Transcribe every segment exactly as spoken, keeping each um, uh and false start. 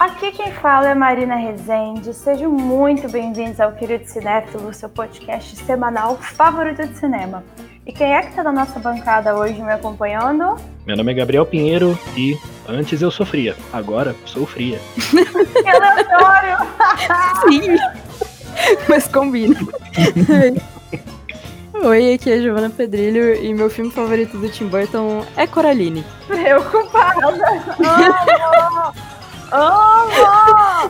Aqui quem fala é Marina Rezende. Sejam muito bem-vindos ao Querido Cinéfilo, seu podcast semanal favorito de cinema. E quem é que está na nossa bancada hoje me acompanhando? Meu nome é Gabriel Pinheiro e antes eu sofria, agora sou fria. Que aleatório! Sim, mas combina. Oi, aqui é a Giovana Pedrilho e meu filme favorito do Tim Burton é Coraline. Preocupada! Amo! Amo!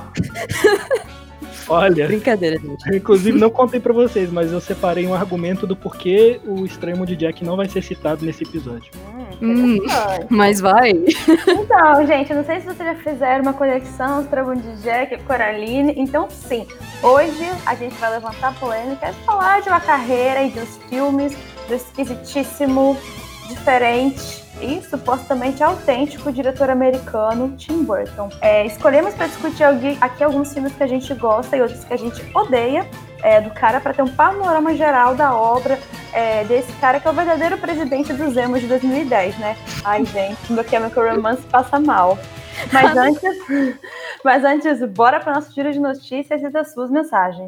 Olha, Brincadeira, gente. Inclusive não contei pra vocês, mas eu separei um argumento do porquê o Extremo de Jack não vai ser citado nesse episódio. Hum, mas vai. Então, gente, não sei se vocês já fizeram uma conexão Extremo de Jack e Coraline. Então, sim, hoje a gente vai levantar polêmica e falar de uma carreira e dos filmes do esquisitíssimo, diferente e supostamente autêntico diretor americano Tim Burton. É, escolhemos para discutir aqui alguns filmes que a gente gosta e outros que a gente odeia é, do cara, para ter um panorama geral da obra é, desse cara que é o verdadeiro presidente dos emos de dois mil e dez, né? Ai, gente, meu Chemical Romance passa mal. Mas antes, mas antes, bora para nosso giro de notícias e das suas mensagens.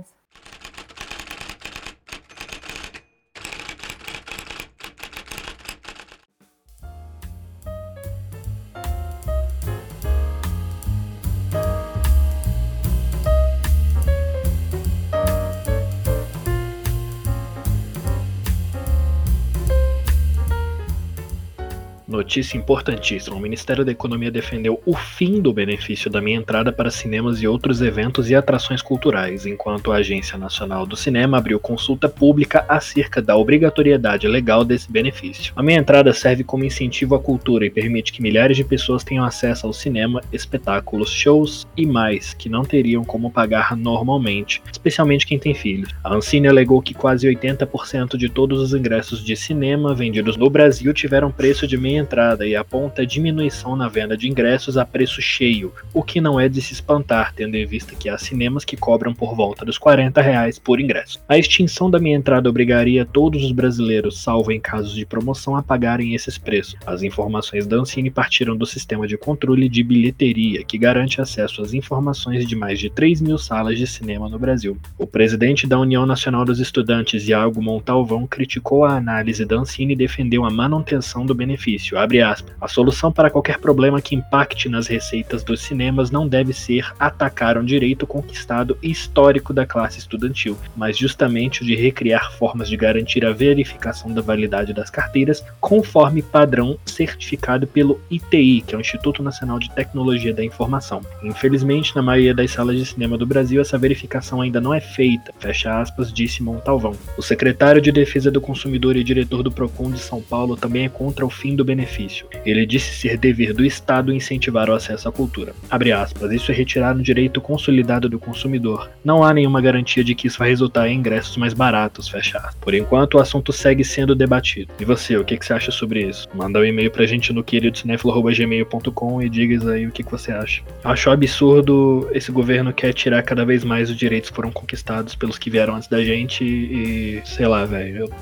Notícia importantíssima. O Ministério da Economia defendeu o fim do benefício da meia entrada para cinemas e outros eventos e atrações culturais, enquanto a Agência Nacional do Cinema abriu consulta pública acerca da obrigatoriedade legal desse benefício. A meia entrada serve como incentivo à cultura e permite que milhares de pessoas tenham acesso ao cinema, espetáculos, shows e mais, que não teriam como pagar normalmente, especialmente quem tem filhos. A Ancine alegou que quase oitenta por cento de todos os ingressos de cinema vendidos no Brasil tiveram preço de meia entrada e aponta diminuição na venda de ingressos a preço cheio, o que não é de se espantar, tendo em vista que há cinemas que cobram por volta dos quarenta reais por ingresso. A extinção da meia entrada obrigaria todos os brasileiros, salvo em casos de promoção, a pagarem esses preços. As informações da Ancine partiram do sistema de controle de bilheteria, que garante acesso às informações de mais de três mil salas de cinema no Brasil. O presidente da União Nacional dos Estudantes, Iago Montalvão, criticou a análise da Ancine e defendeu a manutenção do benefício. Abre aspas. A solução para qualquer problema que impacte nas receitas dos cinemas não deve ser atacar um direito conquistado e histórico da classe estudantil, mas justamente o de recriar formas de garantir a verificação da validade das carteiras conforme padrão certificado pelo I T I, que é o Instituto Nacional de Tecnologia da Informação. Infelizmente, na maioria das salas de cinema do Brasil, essa verificação ainda não é feita, fecha aspas, disse Montalvão. O secretário de Defesa do Consumidor e diretor do Procon de São Paulo também é contra o fim do benefício. Ele disse ser dever do Estado incentivar o acesso à cultura. Abre aspas, isso é retirar um direito consolidado do consumidor. Não há nenhuma garantia de que isso vai resultar em ingressos mais baratos, fecha aspas. Por enquanto, o assunto segue sendo debatido. E você, o que, que você acha sobre isso? Manda um e-mail pra gente no querido cinéfilo arroba gmail ponto com e diga aí o que, que você acha. Acho absurdo esse governo quer tirar cada vez mais os direitos que foram conquistados pelos que vieram antes da gente e, sei lá, velho, eu...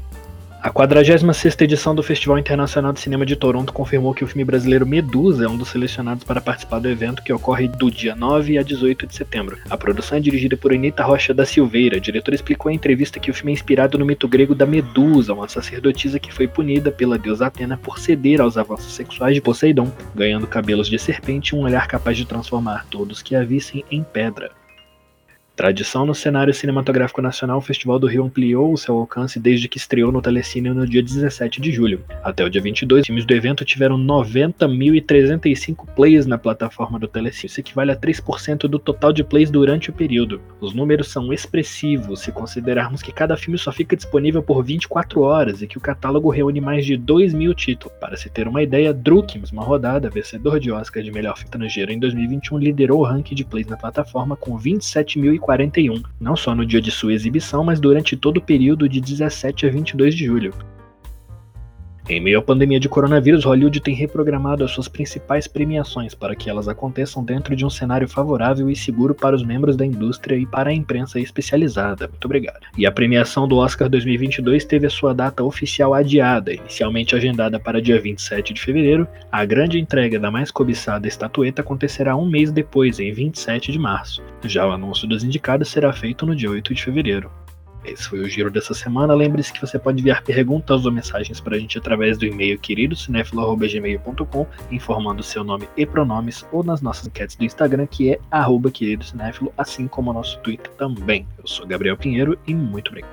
A quadragésima sexta edição do Festival Internacional de Cinema de Toronto confirmou que o filme brasileiro Medusa é um dos selecionados para participar do evento, que ocorre do dia nove a dezoito de setembro. A produção é dirigida por Anita Rocha da Silveira. A diretora explicou em entrevista que o filme é inspirado no mito grego da Medusa, uma sacerdotisa que foi punida pela deusa Atena por ceder aos avanços sexuais de Poseidon, ganhando cabelos de serpente e um olhar capaz de transformar todos que a vissem em pedra. Tradição no cenário cinematográfico nacional, o Festival do Rio ampliou o seu alcance desde que estreou no Telecine no dia dezessete de julho. Até o dia vinte e dois, os filmes do evento tiveram noventa mil trezentos e cinco plays na plataforma do Telecine. Isso equivale a três por cento do total de plays durante o período. Os números são expressivos se considerarmos que cada filme só fica disponível por vinte e quatro horas e que o catálogo reúne mais de dois mil títulos. Para se ter uma ideia, Druckmann, uma rodada, vencedor de Oscar de melhor filme estrangeiro em dois mil e vinte e um, liderou o ranking de plays na plataforma com vinte e sete mil e quarenta e um, não só no dia de sua exibição, mas durante todo o período de dezessete a vinte e dois de julho. Em meio à pandemia de coronavírus, Hollywood tem reprogramado as suas principais premiações para que elas aconteçam dentro de um cenário favorável e seguro para os membros da indústria e para a imprensa especializada. Muito obrigado. E a premiação do Oscar dois mil e vinte e dois teve a sua data oficial adiada, inicialmente agendada para dia vinte e sete de fevereiro. A grande entrega da mais cobiçada estatueta acontecerá um mês depois, em vinte e sete de março. Já o anúncio dos indicados será feito no dia oito de fevereiro. Esse foi o giro dessa semana. Lembre-se que você pode enviar perguntas ou mensagens para a gente através do e-mail queridocinéfilo arroba gmail ponto com, informando seu nome e pronomes, ou nas nossas enquetes do Instagram, que é arroba queridocinéfilo, assim como o nosso Twitter também. Eu sou Gabriel Pinheiro e muito obrigado.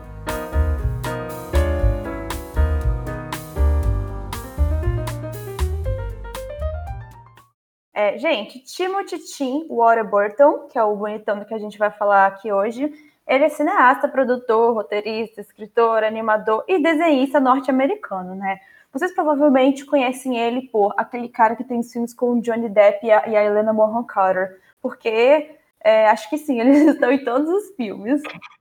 É, gente, Timothy Chin Warburton, que é o bonitão do que a gente vai falar aqui hoje, ele é cineasta, produtor, roteirista, escritor, animador e desenhista norte-americano, né? Vocês provavelmente conhecem ele por aquele cara que tem os filmes com o Johnny Depp e a, e a Helena Bonham Carter, porque é, acho que sim, eles estão em todos os filmes.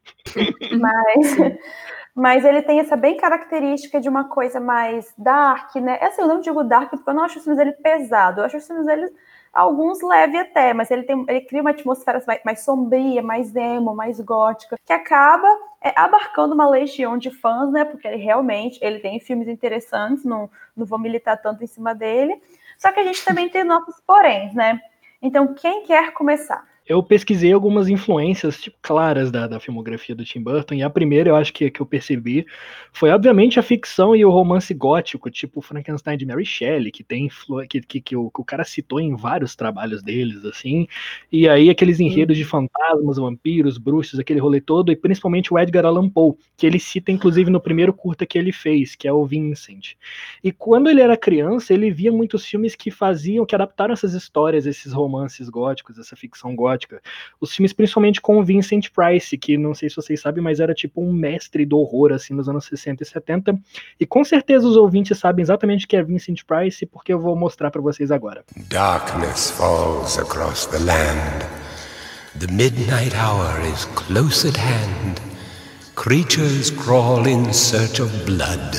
mas, mas ele tem essa bem característica de uma coisa mais dark, né? Assim, eu não digo dark porque eu não acho os filmes dele pesado, eu acho os filmes dele alguns leve até, mas ele, tem, ele cria uma atmosfera mais, mais sombria, mais emo, mais gótica, que acaba é, abarcando uma legião de fãs, né? Porque ele realmente ele tem filmes interessantes, não, não vou militar tanto em cima dele. Só que a gente também tem nossos poréns, né? Então, quem quer começar? Eu pesquisei algumas influências tipo, claras da, da filmografia do Tim Burton, e a primeira eu acho que, que eu percebi foi, obviamente, a ficção e o romance gótico, tipo Frankenstein de Mary Shelley, que tem que, que, que, o, que o cara citou em vários trabalhos deles, assim, e aí aqueles enredos de fantasmas, vampiros, bruxos, aquele rolê todo, e principalmente o Edgar Allan Poe, que ele cita, inclusive, no primeiro curta que ele fez, que é o Vincent. E quando ele era criança, ele via muitos filmes que faziam, que adaptaram essas histórias, esses romances góticos, essa ficção gótica. Os filmes principalmente com o Vincent Price, que não sei se vocês sabem, mas era tipo um mestre do horror assim nos anos sessenta e setenta, e com certeza os ouvintes sabem exatamente o que é Vincent Price, porque eu vou mostrar para vocês agora. Darkness falls across the land. The midnight hour is close at hand. Creatures crawl in search of blood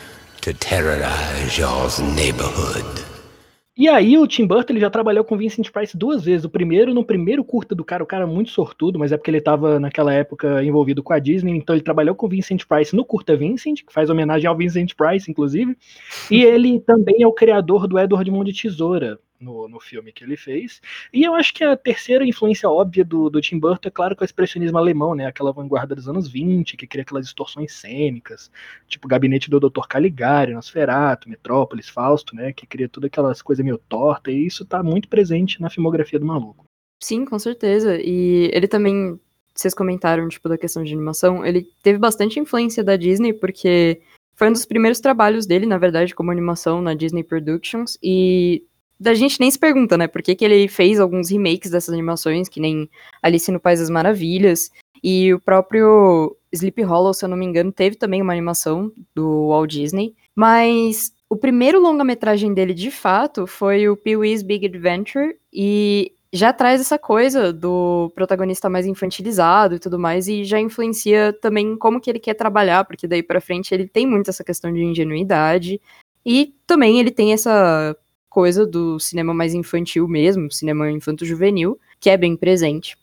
to terrorize your neighborhood. E aí o Tim Burton ele já trabalhou com Vincent Price duas vezes. O primeiro, no primeiro curta do cara, o cara é muito sortudo, mas é porque ele estava naquela época envolvido com a Disney, então ele trabalhou com Vincent Price no curta Vincent, que faz homenagem ao Vincent Price, inclusive, e ele também é o criador do Edward Mão de Tesoura, no, no filme que ele fez. E eu acho que a terceira influência óbvia do, do Tim Burton é, claro, com o expressionismo alemão, né? Aquela vanguarda dos anos vinte, que cria aquelas distorções cênicas, tipo o Gabinete do doutor Caligari, Nosferatu, Metrópolis, Fausto, né? Que cria todas aquelas coisas meio tortas, e isso tá muito presente na filmografia do maluco. Sim, com certeza. E ele também, vocês comentaram, tipo, da questão de animação, ele teve bastante influência da Disney, porque foi um dos primeiros trabalhos dele, na verdade, como animação na Disney Productions, e da gente nem se pergunta, né, por que que ele fez alguns remakes dessas animações, que nem Alice no País das Maravilhas, e o próprio Sleepy Hollow, se eu não me engano, teve também uma animação do Walt Disney, mas o primeiro longa-metragem dele, de fato, foi o Pee-wee's Big Adventure, e já traz essa coisa do protagonista mais infantilizado e tudo mais, e já influencia também como que ele quer trabalhar, porque daí pra frente ele tem muito essa questão de ingenuidade, e também ele tem essa coisa do cinema mais infantil mesmo, cinema infanto-juvenil, que é bem presente.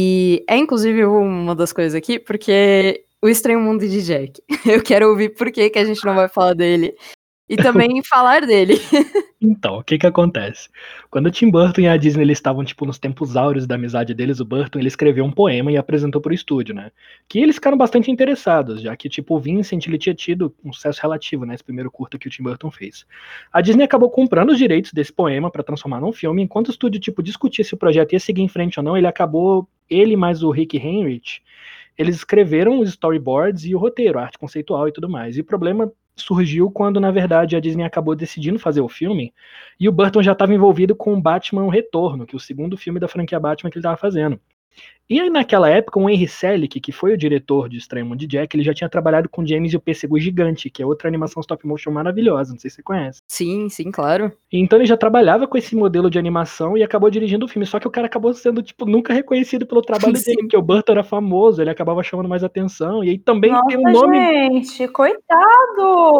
E é inclusive uma das coisas aqui, porque O Estranho Mundo de Jack. Eu quero ouvir por que que a gente não vai falar dele. E também falar dele. Então, o que que acontece? Quando o Tim Burton e a Disney eles estavam tipo nos tempos áureos da amizade deles, o Burton ele escreveu um poema e apresentou pro estúdio, né? Que eles ficaram bastante interessados, já que tipo o Vincent ele tinha tido um sucesso relativo, né? Esse primeiro curta que o Tim Burton fez. A Disney acabou comprando os direitos desse poema para transformar num filme, enquanto o estúdio tipo discutia se o projeto ia seguir em frente ou não, ele acabou, ele mais o Rick Heinrich, eles escreveram os storyboards e o roteiro, a arte conceitual e tudo mais. E o problema surgiu quando, na verdade, a Disney acabou decidindo fazer o filme e o Burton já estava envolvido com o Batman Retorno, que é o segundo filme da franquia Batman que ele estava fazendo. E aí, naquela época, o Henry Selick, que foi o diretor de Estranho Mundo de Jack, ele já tinha trabalhado com James e o Pêssego Gigante, que é outra animação stop motion maravilhosa, não sei se você conhece. Sim, sim, claro. Então ele já trabalhava com esse modelo de animação e acabou dirigindo o filme, só que o cara acabou sendo, tipo, nunca reconhecido pelo trabalho dele, porque o Burton era famoso, ele acabava chamando mais atenção, e aí também Nossa, tem um nome... gente, coitado!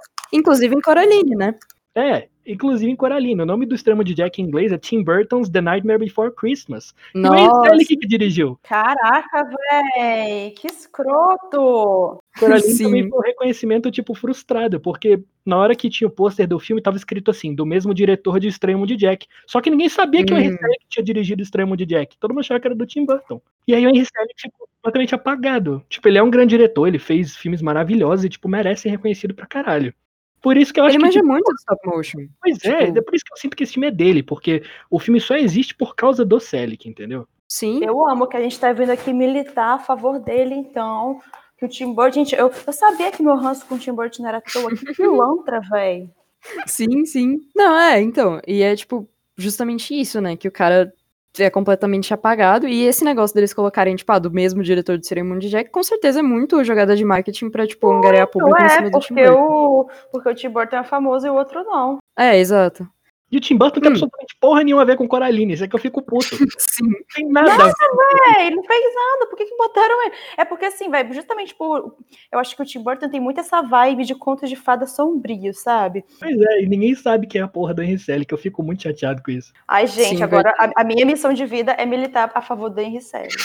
Inclusive em Coraline, né? É, inclusive em Coraline. O nome do extremo de Jack em inglês é Tim Burton's The Nightmare Before Christmas. E o Henry Selick que dirigiu. Caraca, véi, que escroto! Coraline Sim. também foi um reconhecimento, tipo, frustrado, porque na hora que tinha o pôster do filme, tava escrito assim, do mesmo diretor de Extremo de Jack. Só que ninguém sabia que o Henry Hum. Selick tinha dirigido Extremo de Jack. Todo mundo achava que era do Tim Burton. E aí o Henry Selick ficou completamente apagado. Tipo, ele é um grande diretor, ele fez filmes maravilhosos e, tipo, merece ser reconhecido pra caralho. Por isso que eu acho Ele que... manja tipo, muito do stop motion. Pois é, Tipo- é por isso que eu sinto que esse filme é dele, porque o filme só existe por causa do Selick, entendeu? Sim, Eu amo que a gente tá vindo aqui militar a favor dele, então. Que o Tim Burton, gente, eu, eu sabia que meu ranço com o Tim Burton não era à toa. Que pilantra, véi. sim, sim. Não, é, então. E é, tipo, justamente isso, né? Que o cara é completamente apagado. E esse negócio deles colocarem, tipo, ah, do mesmo diretor de Ceremonia de Jack, com certeza é muito jogada de marketing pra, tipo, angariar público Não em é, cima do Tim porque Burton. o, porque o Tim Burton é famoso e o outro não. É, exato. E o Tim Burton não tem Hum. absolutamente porra nenhuma a ver com Coraline, isso é que eu fico puto. Sim. Não tem nada a ver. É, ele não fez nada, por que que botaram ele? É porque assim, velho, justamente por... Eu acho que o Tim Burton tem muito essa vibe de contos de fada sombrio, sabe? Pois é, e ninguém sabe quem é a porra do Henry Selick, eu fico muito chateado com isso. Ai, gente, Sim, agora a, a minha missão de vida é militar a favor do Henry Selick.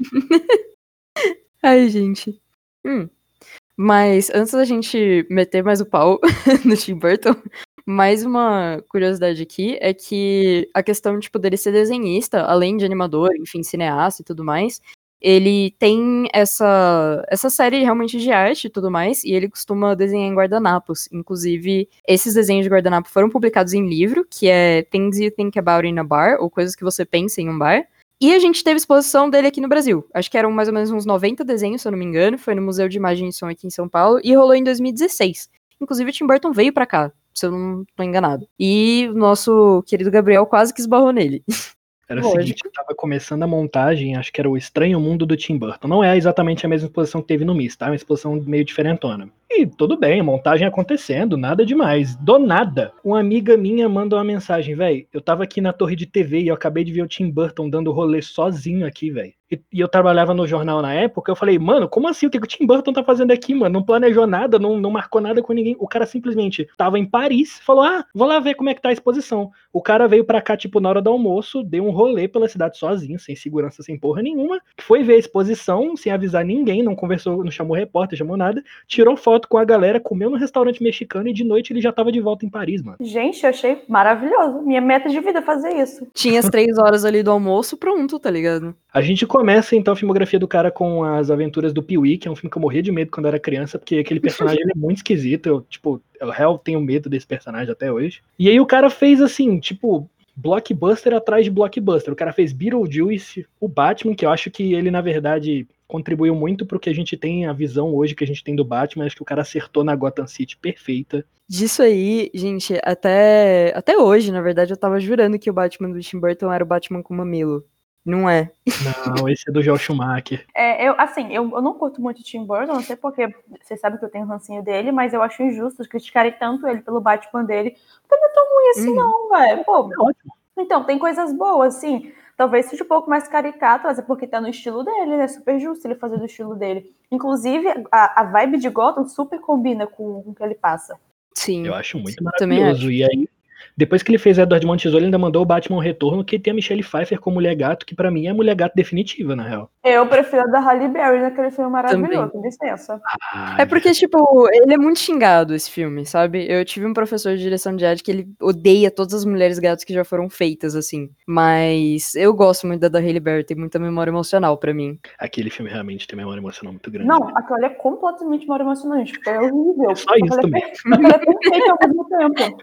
Ai, gente. Hum. Mas antes da gente meter mais o pau no Tim Burton, mais uma curiosidade aqui é que a questão, tipo, dele ser desenhista, além de animador, enfim, cineasta e tudo mais, ele tem essa, essa série realmente de arte e tudo mais, e ele costuma desenhar em guardanapos. Inclusive, esses desenhos de guardanapo foram publicados em livro, que é Things You Think About in a Bar, ou Coisas que Você Pensa em um Bar. E a gente teve exposição dele aqui no Brasil. Acho que eram mais ou menos uns noventa desenhos, se eu não me engano. Foi no Museu de Imagem e Som aqui em São Paulo. E rolou em dois mil e dezesseis. Inclusive, o Tim Burton veio pra cá, se eu não tô enganado. E o nosso querido Gabriel quase que esbarrou nele. Era o Lógico. seguinte, eu tava começando a montagem, acho que era o Estranho Mundo do Tim Burton. Não é exatamente a mesma exposição que teve no Miss, tá? É uma exposição meio diferentona. E tudo bem, montagem acontecendo, nada demais. Do nada, uma amiga minha manda uma mensagem, velho, eu tava aqui na torre de T V e eu acabei de ver o Tim Burton dando rolê sozinho aqui, velho. E, e eu trabalhava no jornal na época, eu falei, mano, como assim? O que, que o Tim Burton tá fazendo aqui, mano? Não planejou nada, não, não marcou nada com ninguém. O cara simplesmente tava em Paris, falou, ah, vou lá ver como é que tá a exposição. O cara veio pra cá, tipo, na hora do almoço, deu um rolê pela cidade sozinho, sem segurança, sem porra nenhuma, foi ver a exposição, sem avisar ninguém, não conversou, não chamou repórter, chamou nada, tirou foto com a galera, comeu no restaurante mexicano e de noite ele já tava de volta em Paris, mano. Gente, eu achei maravilhoso. Minha meta de vida é fazer isso. Tinha as três horas ali do almoço, pronto, tá ligado? A gente começa então a filmografia do cara com as aventuras do Pee-wee, que é um filme que eu morria de medo quando era criança, porque aquele personagem ele é muito esquisito, eu, tipo, eu real tenho medo desse personagem até hoje. E aí o cara fez assim, tipo, blockbuster atrás de blockbuster. O cara fez Beetlejuice, o Batman, que eu acho que ele, na verdade, contribuiu muito pro que a gente tem, a visão hoje que a gente tem do Batman. Acho que o cara acertou na Gotham City perfeita. Disso aí, gente, até, até hoje, na verdade, eu tava jurando que o Batman do Tim Burton era o Batman com mamilo. Não é. Não, esse é do Joel Schumacher. É, eu, assim, eu, eu não curto muito o Tim Burton, não sei porque vocês sabem que eu tenho um rancinho dele, mas eu acho injusto criticarem tanto ele pelo Batman dele, porque não é tão ruim assim, Uhum. não, velho. Pô, É ótimo. então, tem coisas boas, sim. Talvez seja um pouco mais caricato, mas é porque tá no estilo dele, né? Super justo ele fazer do estilo dele. Inclusive, a, a vibe de Gotham super combina com, com o que ele passa. Sim. Eu acho muito Também maravilhoso. acho. E aí, depois que ele fez Edward Montijo, ele ainda mandou o Batman Retorno, que tem a Michelle Pfeiffer como Mulher Gato, que pra mim é a Mulher Gato definitiva, na real. Eu prefiro a da Halle Berry naquele filme maravilhoso, com licença. Ah, É porque, tipo, ele é muito xingado, esse filme, sabe? Eu tive um professor de direção de arte que ele odeia todas as mulheres gatas que já foram feitas, assim. Mas eu gosto muito da da Halle Berry, tem muita memória emocional pra mim. aquele filme realmente tem memória emocional muito grande. Não, aquilo ali é completamente mal emocionante, porque é horrível. Só isso também. Aquilo é perfeito ao mesmo tempo.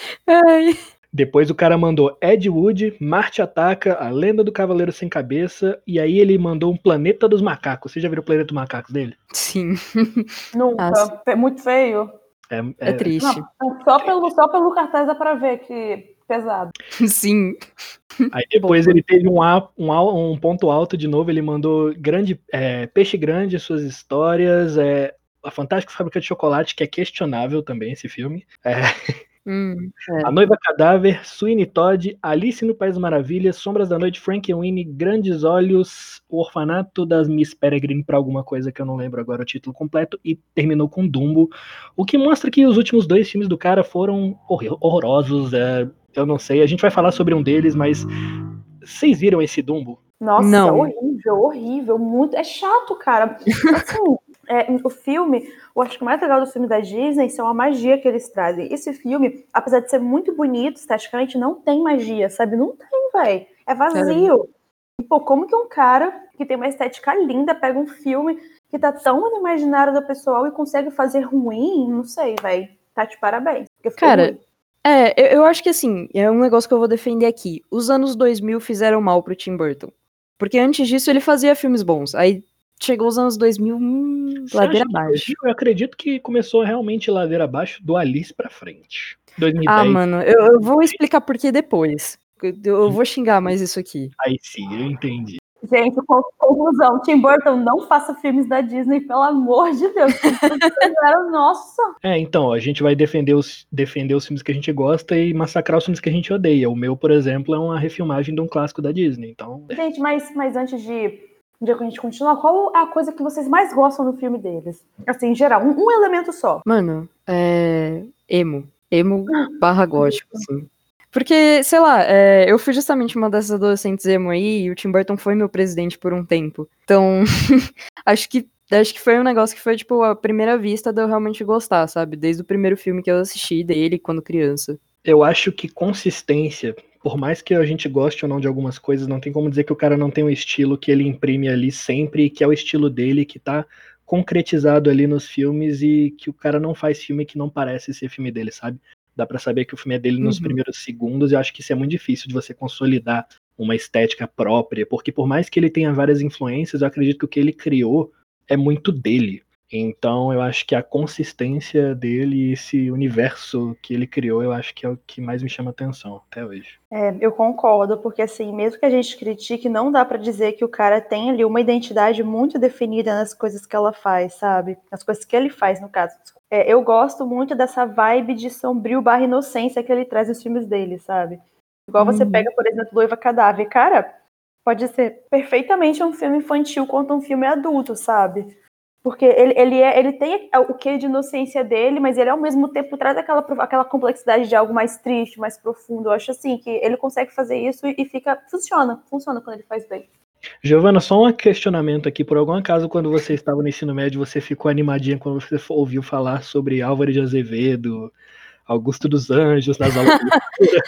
Ai. Depois o cara mandou Ed Wood, Marte Ataca, A Lenda do Cavaleiro Sem Cabeça, e aí ele mandou um Planeta dos Macacos. Você já viu o Planeta dos Macacos dele? Sim. Nunca. Nossa. É muito feio. É, É é- triste. Não, só pelo, só pelo cartaz dá pra ver que pesado. Sim. Aí depois Bom. ele teve um, a- um, a- um ponto alto de novo, ele mandou grande, é, Peixe Grande, Suas Histórias, é, A Fantástica Fábrica de Chocolate, que é questionável também esse filme. É, Hum, é. A Noiva Cadáver, Sweeney Todd, Alice no País das Maravilhas, Sombras da Noite, Frankenweenie, Grandes Olhos, O Orfanato das Miss Peregrine, pra alguma coisa que eu não lembro agora o título completo, e terminou com Dumbo, o que mostra que os últimos dois filmes do cara foram horror- horrorosos, é, eu não sei, a gente vai falar sobre um deles, mas vocês viram esse Dumbo? Nossa, Não. horrível, horrível, muito. É chato, cara. Assim, é, o filme, eu acho que o mais legal do filme da Disney são a magia que eles trazem. Esse filme, apesar de ser muito bonito, esteticamente, não tem magia, sabe? Não tem, velho. É vazio. E, pô, como que um cara que tem uma estética linda pega um filme que tá tão no imaginário do pessoal e consegue fazer ruim? Não sei, velho. Tá de parabéns. Porque ficou Cara, ruim. é, eu, eu acho que assim, é um negócio que eu vou defender aqui. Os anos dois mil fizeram mal pro Tim Burton. Porque antes disso ele fazia filmes bons. Aí chegou os anos dois mil, hum, Você ladeira acha que abaixo. eu acredito que começou realmente ladeira abaixo do Alice pra frente. dois mil e Ah, dez, mano, eu, eu vou explicar por que depois. Eu, eu vou xingar mais isso aqui. aí sim, eu entendi. Gente, con- conclusão. Tim Burton, não faça filmes da Disney, pelo amor de Deus. Nossa. É, então, a gente vai defender os, defender os filmes que a gente gosta e massacrar os filmes que a gente odeia. O meu, por exemplo, é uma refilmagem de um clássico da Disney. Então, é. Gente, mas, mas antes de, de a gente continuar, qual a coisa que vocês mais gostam no filme deles? Assim, em geral, um, um elemento só. Mano, é. Emo. Emo barra gótico, assim. Porque, sei lá, é, eu fui justamente uma dessas adolescentes emo aí e o Tim Burton foi meu presidente por um tempo. Então, acho que acho que foi um negócio que foi, tipo, a primeira vista de eu realmente gostar, sabe? Desde o primeiro filme que eu assisti dele quando criança. Eu acho que consistência, por mais que a gente goste ou não de algumas coisas, não tem como dizer que o cara não tem um estilo que ele imprime ali sempre, que é o estilo dele, que tá concretizado ali nos filmes e que o cara não faz filme que não parece ser filme dele, sabe? Dá pra saber que o filme é dele nos Uhum. primeiros segundos e eu acho que isso é muito difícil de você consolidar uma estética própria, porque por mais que ele tenha várias influências, eu acredito que o que ele criou é muito dele. Então eu acho que a consistência dele e esse universo que ele criou, eu acho que é o que mais me chama atenção até hoje. É, eu concordo, porque assim, mesmo que a gente critique, não dá pra dizer que o cara tem ali uma identidade muito definida nas coisas que ela faz, sabe? Nas coisas que ele faz, no caso. É, eu gosto muito dessa vibe de sombrio barra inocência que ele traz nos filmes dele, sabe? Igual você Uhum. pega, por exemplo, Noiva Cadáver. Cara, pode ser perfeitamente um filme infantil quanto um filme adulto, sabe? Porque ele, ele, é, ele tem o quê de inocência dele, mas ele ao mesmo tempo traz aquela, aquela complexidade de algo mais triste, mais profundo. Eu acho assim que ele consegue fazer isso e, e fica. Funciona, funciona quando ele faz bem. Giovana, só um questionamento aqui. Por algum acaso, quando você estava no ensino médio, você ficou animadinha quando você ouviu falar sobre Álvaro de Azevedo, Augusto dos Anjos, nas aulas de leitura?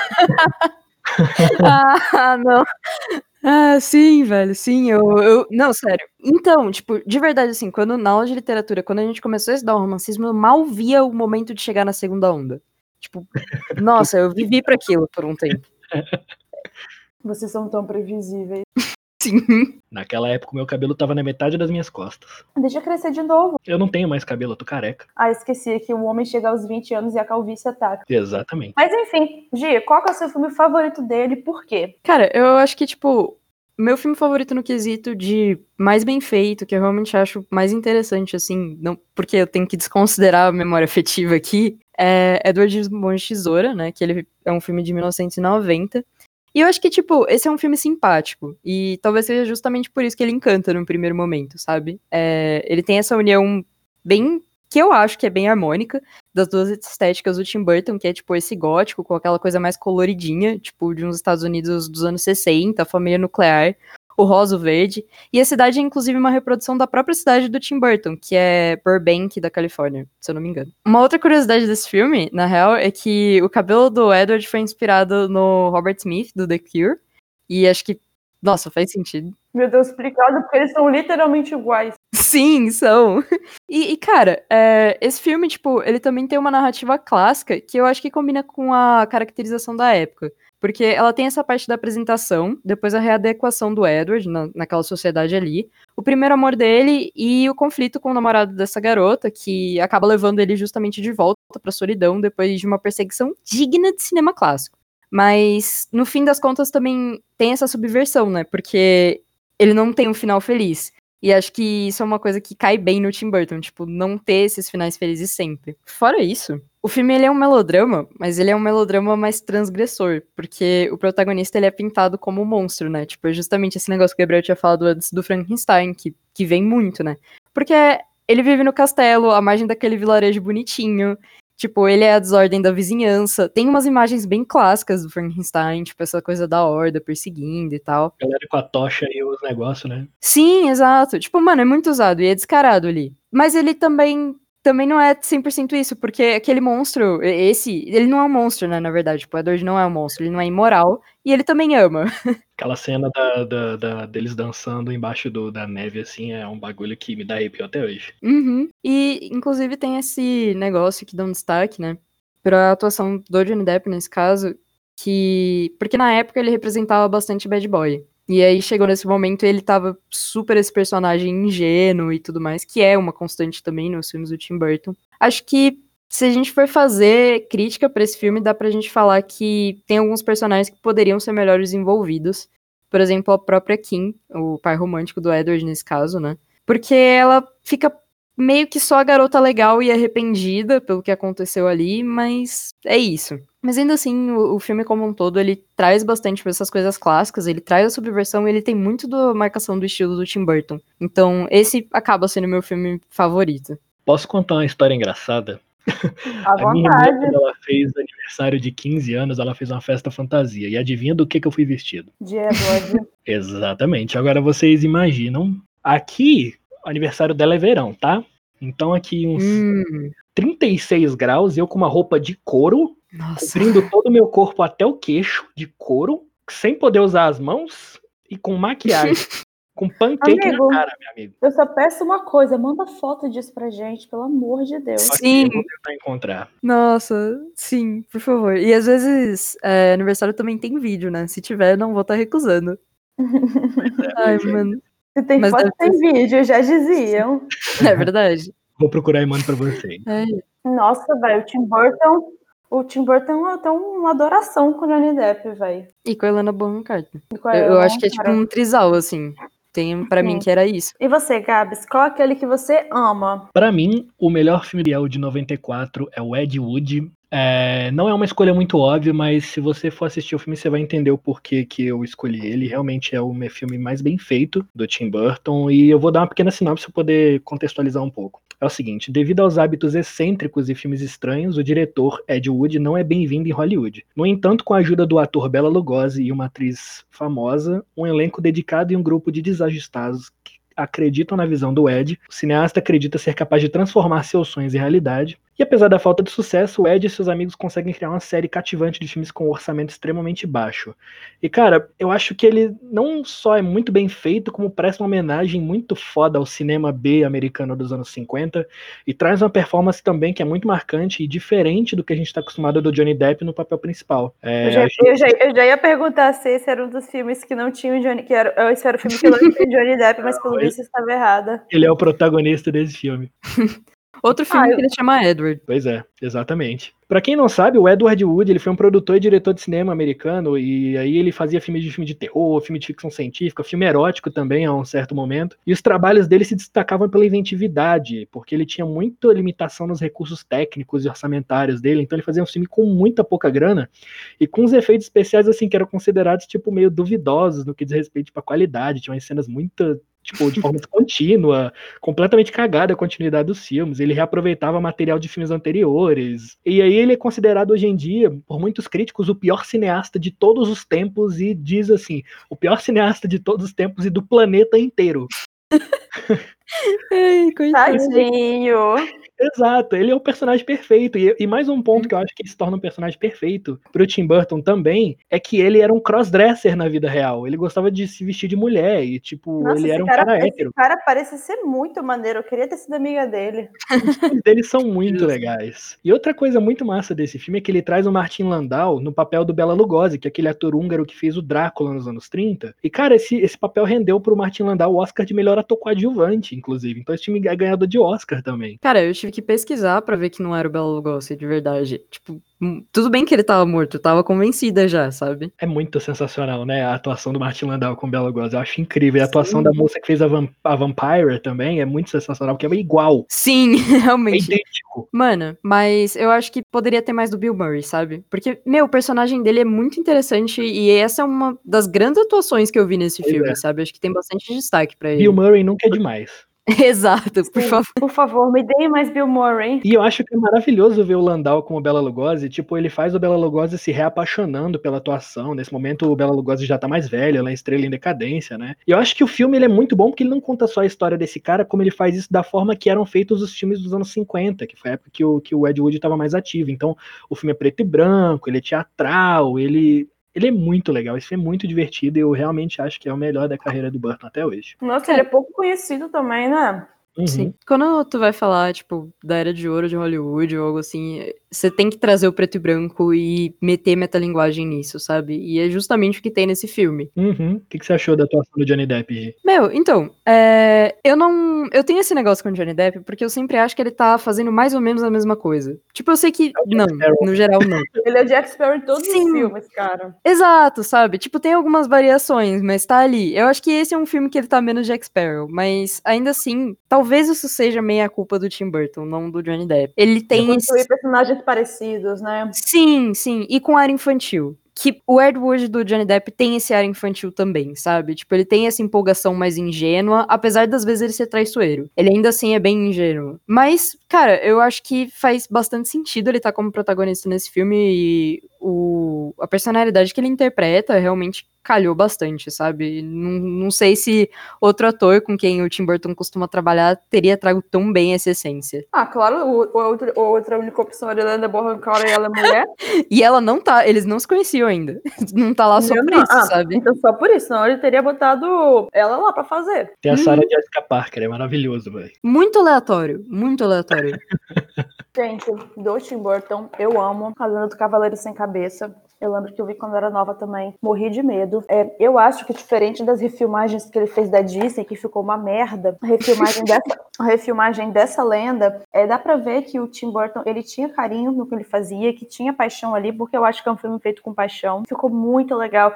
Ah, não. Ah, sim, velho, sim, eu, eu... Não, sério. Então, tipo, de verdade, assim, quando na aula de literatura, quando a gente começou a estudar o romancismo, eu mal via o momento de chegar na segunda onda. Tipo, nossa, eu vivi pra aquilo por um tempo. Vocês são tão previsíveis. Sim. Naquela época, o meu cabelo tava na metade das minhas costas. Deixa crescer de novo. Eu não tenho mais cabelo, eu tô careca. Ah, esqueci que o homem chega aos vinte anos e a calvície ataca. Exatamente. Mas enfim, Gi, qual que é o seu filme favorito dele e por quê? Cara, eu acho que, tipo, meu filme favorito no quesito de mais bem feito, que eu realmente acho mais interessante, assim, não, porque eu tenho que desconsiderar a memória afetiva aqui, é Edward Mãos de Tesoura, né, que ele é um filme de mil novecentos e noventa. E eu acho que, tipo, esse é um filme simpático. E talvez seja justamente por isso que ele encanta no primeiro momento, sabe? É, ele tem essa união bem... que eu acho que é bem harmônica, das duas estéticas do Tim Burton, que é, tipo, esse gótico, com aquela coisa mais coloridinha, tipo, de uns Estados Unidos dos anos sessenta, a família nuclear, o rosa, o verde. E a cidade é, inclusive, uma reprodução da própria cidade do Tim Burton, que é Burbank, da Califórnia, se eu não me engano. Uma outra curiosidade desse filme, na real, é que o cabelo do Edward foi inspirado no Robert Smith, do The Cure, e acho que, nossa, faz sentido. Meu Deus, explicado, porque eles são literalmente iguais. Sim, são. E, e, cara, é, esse filme, tipo, ele também tem uma narrativa clássica que eu acho que combina com a caracterização da época. Porque ela tem essa parte da apresentação, depois a readequação do Edward na, naquela sociedade ali, o primeiro amor dele e o conflito com o namorado dessa garota, que acaba levando ele justamente de volta pra solidão depois de uma perseguição digna de cinema clássico. Mas, no fim das contas, também tem essa subversão, né? Porque ele não tem um final feliz. E acho que isso é uma coisa que cai bem no Tim Burton, tipo, não ter esses finais felizes sempre. Fora isso, O filme, ele é um melodrama, mas ele é um melodrama mais transgressor, porque o protagonista, ele é pintado como um monstro, né? Tipo, é justamente esse negócio que o Gabriel tinha falado antes do Frankenstein, que, que vem muito, né? Porque ele vive no castelo, à margem daquele vilarejo bonitinho, tipo, ele é a desordem da vizinhança. Tem umas imagens bem clássicas do Frankenstein, tipo, essa coisa da horda perseguindo e tal. Galera com a tocha e os negócios, né? Sim, exato. Tipo, mano, é muito usado e é descarado ali. Mas ele também... Também não é cem por cento isso, porque aquele monstro, esse, ele não é um monstro, né, na verdade, tipo, o Edward não é um monstro, ele não é imoral, e ele também ama. Aquela cena da, da, da- deles dançando embaixo do, da neve, assim, é um bagulho que me dá arrepio até hoje. Uhum. E, inclusive, tem esse negócio que dá um destaque, né, pra atuação do Johnny Depp, nesse caso, que... Porque na época ele representava bastante bad boy. E aí chegou nesse momento e ele tava super esse personagem ingênuo e tudo mais, que é uma constante também nos filmes do Tim Burton. Acho que se a gente for fazer crítica pra esse filme, dá pra gente falar que tem alguns personagens que poderiam ser melhor desenvolvidos. Por exemplo, a própria Kim, o pai romântico do Edward nesse caso, né? Porque ela fica meio que só a garota legal e arrependida pelo que aconteceu ali, mas é isso. Mas ainda assim, o, o filme como um todo, ele traz bastante essas coisas clássicas, ele traz a subversão e ele tem muito da marcação do estilo do Tim Burton. Então, esse acaba sendo meu filme favorito. Posso contar uma história engraçada? À A minha irmã, vontade. quando ela fez aniversário de quinze anos, ela fez uma festa fantasia. E adivinha do que, que eu fui vestido? De Edward. Exatamente. Agora vocês imaginam. Aqui, o aniversário dela é verão, tá? Então aqui uns Hum, trinta e seis graus, eu com uma roupa de couro, nossa. cobrindo todo o meu corpo até o queixo, de couro, sem poder usar as mãos e com maquiagem. Com pancake Amigo. na cara, meu amigo. Eu só peço uma coisa, manda foto disso pra gente, pelo amor de Deus. Sim. Ok, eu vou tentar encontrar. Nossa, sim, por favor. E às vezes, é, aniversário também tem vídeo, né? Se tiver, não vou estar recusando. Ai, mano. Se tem Mas foto, deve tem ter- vídeo, já diziam. É verdade. Vou procurar e mando pra vocês. É. Nossa, velho, o Tim Burton. O Tim Burton tem uma adoração com o Johnny Depp, velho. E com a Helena Bonham Carter. E com a Eu, eu Ellen, acho que é tipo cara. um trisal, assim. Tem pra mim Sim. que era isso. E você, Gabs, qual é aquele que você ama? Pra mim, o melhor filme real de noventa e quatro é o Ed Wood. É, não é uma escolha muito óbvia, mas se você for assistir o filme, você vai entender o porquê que eu escolhi ele. Realmente é o meu filme mais bem feito do Tim Burton. E eu vou dar uma pequena sinopse para poder contextualizar um pouco. É o seguinte, devido aos hábitos excêntricos e filmes estranhos, o diretor Ed Wood não é bem-vindo em Hollywood. No entanto, com a ajuda do ator Bela Lugosi e uma atriz famosa, um elenco dedicado e um grupo de desajustados que acreditam na visão do Ed, o cineasta acredita ser capaz de transformar seus sonhos em realidade. E apesar da falta de sucesso, o Ed e seus amigos conseguem criar uma série cativante de filmes com um orçamento extremamente baixo. E cara, eu acho que ele não só é muito bem feito, como presta uma homenagem muito foda ao cinema B americano dos anos cinquenta, e traz uma performance também que é muito marcante e diferente do que a gente está acostumado do Johnny Depp no papel principal. É, Eu já, a gente- eu, já, eu já ia perguntar se esse era um dos filmes que não tinha o Johnny. Que era, esse era o filme que não tinha o Johnny Depp, mas pelo Não, visto estava errada. Ele é o protagonista desse filme. Outro filme Ah, eu- que ele chama Edward. Pois é, exatamente. Pra quem não sabe, o Edward Wood, ele foi um produtor e diretor de cinema americano, e aí ele fazia filme de filme de terror, filme de ficção científica, filme erótico também a um certo momento. E os trabalhos dele se destacavam pela inventividade, porque ele tinha muita limitação nos recursos técnicos e orçamentários dele, então ele fazia um filme com muita pouca grana e com uns efeitos especiais assim que eram considerados tipo meio duvidosos no que diz respeito tipo, à qualidade, tinha umas cenas muito tipo, de forma contínua, completamente cagada a continuidade dos filmes. Ele reaproveitava material de filmes anteriores. E aí ele é considerado hoje em dia, por muitos críticos, o pior cineasta de todos os tempos e diz assim, o pior cineasta de todos os tempos e do planeta inteiro. Ai, coitado. Tadinho. Exato, ele é o personagem perfeito. E, e mais um ponto que eu acho que se torna um personagem perfeito pro Tim Burton também é que ele era um crossdresser na vida real. Ele gostava de se vestir de mulher e, tipo, Nossa, ele esse era um cara, cara esse hétero. cara parece ser muito maneiro. Eu queria ter sido amiga dele. Os filmes dele são muito Justo. legais. E outra coisa muito massa desse filme é que ele traz o Martin Landau no papel do Bela Lugosi, que é aquele ator húngaro que fez o Drácula nos anos trinta. E, cara, esse, esse papel rendeu pro Martin Landau o Oscar de melhor ator coadjuvante, inclusive. Então esse filme é ganhador de Oscar também. Cara, eu tive que pesquisar pra ver que não era o Bela Lugosi de verdade. Tipo, Hum, Tudo bem que ele tava morto, eu tava convencida já, sabe? É muito sensacional, né? A atuação do Martin Landau com o Bela Lugosi. Eu acho incrível. E a atuação Sim. da moça que fez a, Vamp a Vampire também é muito sensacional, porque é igual. Sim, É realmente. idêntico. Mano, mas eu acho que poderia ter mais do Bill Murray, sabe? Porque, meu, o personagem dele é muito interessante e essa é uma das grandes atuações que eu vi nesse Pois filme, é. sabe? Acho que tem bastante destaque pra Bill ele. Murray nunca é demais. Exato, por Sim, favor. por favor, me deem mais Bill Murray. E eu acho que é maravilhoso ver o Landau com o Bela Lugosi. Tipo, ele faz o Bela Lugosi se reapaixonando pela atuação. Nesse momento, o Bela Lugosi já tá mais velho, ela é estrela em decadência, né? E eu acho que o filme ele é muito bom porque ele não conta só a história desse cara, como ele faz isso da forma que eram feitos os filmes dos anos cinquenta, que foi a época que o, que o Ed Wood estava mais ativo. Então, o filme é preto e branco, ele é teatral, ele. Ele é muito legal, esse filme é muito divertido e eu realmente acho que é o melhor da carreira do Burton até hoje. Nossa, ele é pouco conhecido também, né? Uhum. Sim. Quando tu vai falar, tipo, da Era de Ouro de Hollywood ou algo assim, você tem que trazer o preto e branco e meter metalinguagem nisso, sabe? E é justamente o que tem nesse filme. Uhum. O que, que você achou da atuação do Johnny Depp, Gi? Meu, então, é, eu não. Eu tenho esse negócio com o Johnny Depp porque eu sempre acho que ele tá fazendo mais ou menos a mesma coisa. Tipo, eu sei que É o Jack não, Sparrow. no geral não. Ele é o Jack Sparrow em todos Sim. os filmes, cara. Exato, sabe? Tipo, tem algumas variações, mas tá ali. Eu acho que esse é um filme que ele tá menos Jack Sparrow, mas ainda assim, talvez isso seja meia culpa do Tim Burton, não do Johnny Depp. Ele tem Construir esse... personagens parecidos, né? Sim, sim, e com ar infantil. Que o Ed Wood do Johnny Depp tem esse ar infantil também, sabe? Tipo, ele tem essa empolgação mais ingênua, apesar das vezes ele ser traiçoeiro. Ele ainda assim é bem ingênuo. Mas, cara, eu acho que faz bastante sentido ele estar como protagonista nesse filme e o, a personalidade que ele interpreta realmente calhou bastante, sabe? Não, não sei se outro ator com quem o Tim Burton costuma trabalhar teria trago tão bem essa essência. Ah, claro, o, o, outro, a outra única opção era Helena Bonham Carter e ela é mulher. E ela não tá, eles não se conheciam ainda. Não tá lá só Eu por não. isso, Ah, sabe? então só por isso, senão ele teria botado ela lá pra fazer. Tem a Sarah Jessica Parker, é maravilhoso, velho. Muito aleatório, muito aleatório. Gente, do Tim Burton, eu amo A Lenda do Cavaleiro Sem Cabeça. Eu lembro que eu vi quando eu era nova também. Morri de medo. É, eu acho que diferente das refilmagens que ele fez da Disney, que ficou uma merda, a refilmagem dessa, a refilmagem dessa lenda, é, dá pra ver que o Tim Burton, ele tinha carinho no que ele fazia, que tinha paixão ali, porque eu acho que é um filme feito com paixão. Ficou muito legal.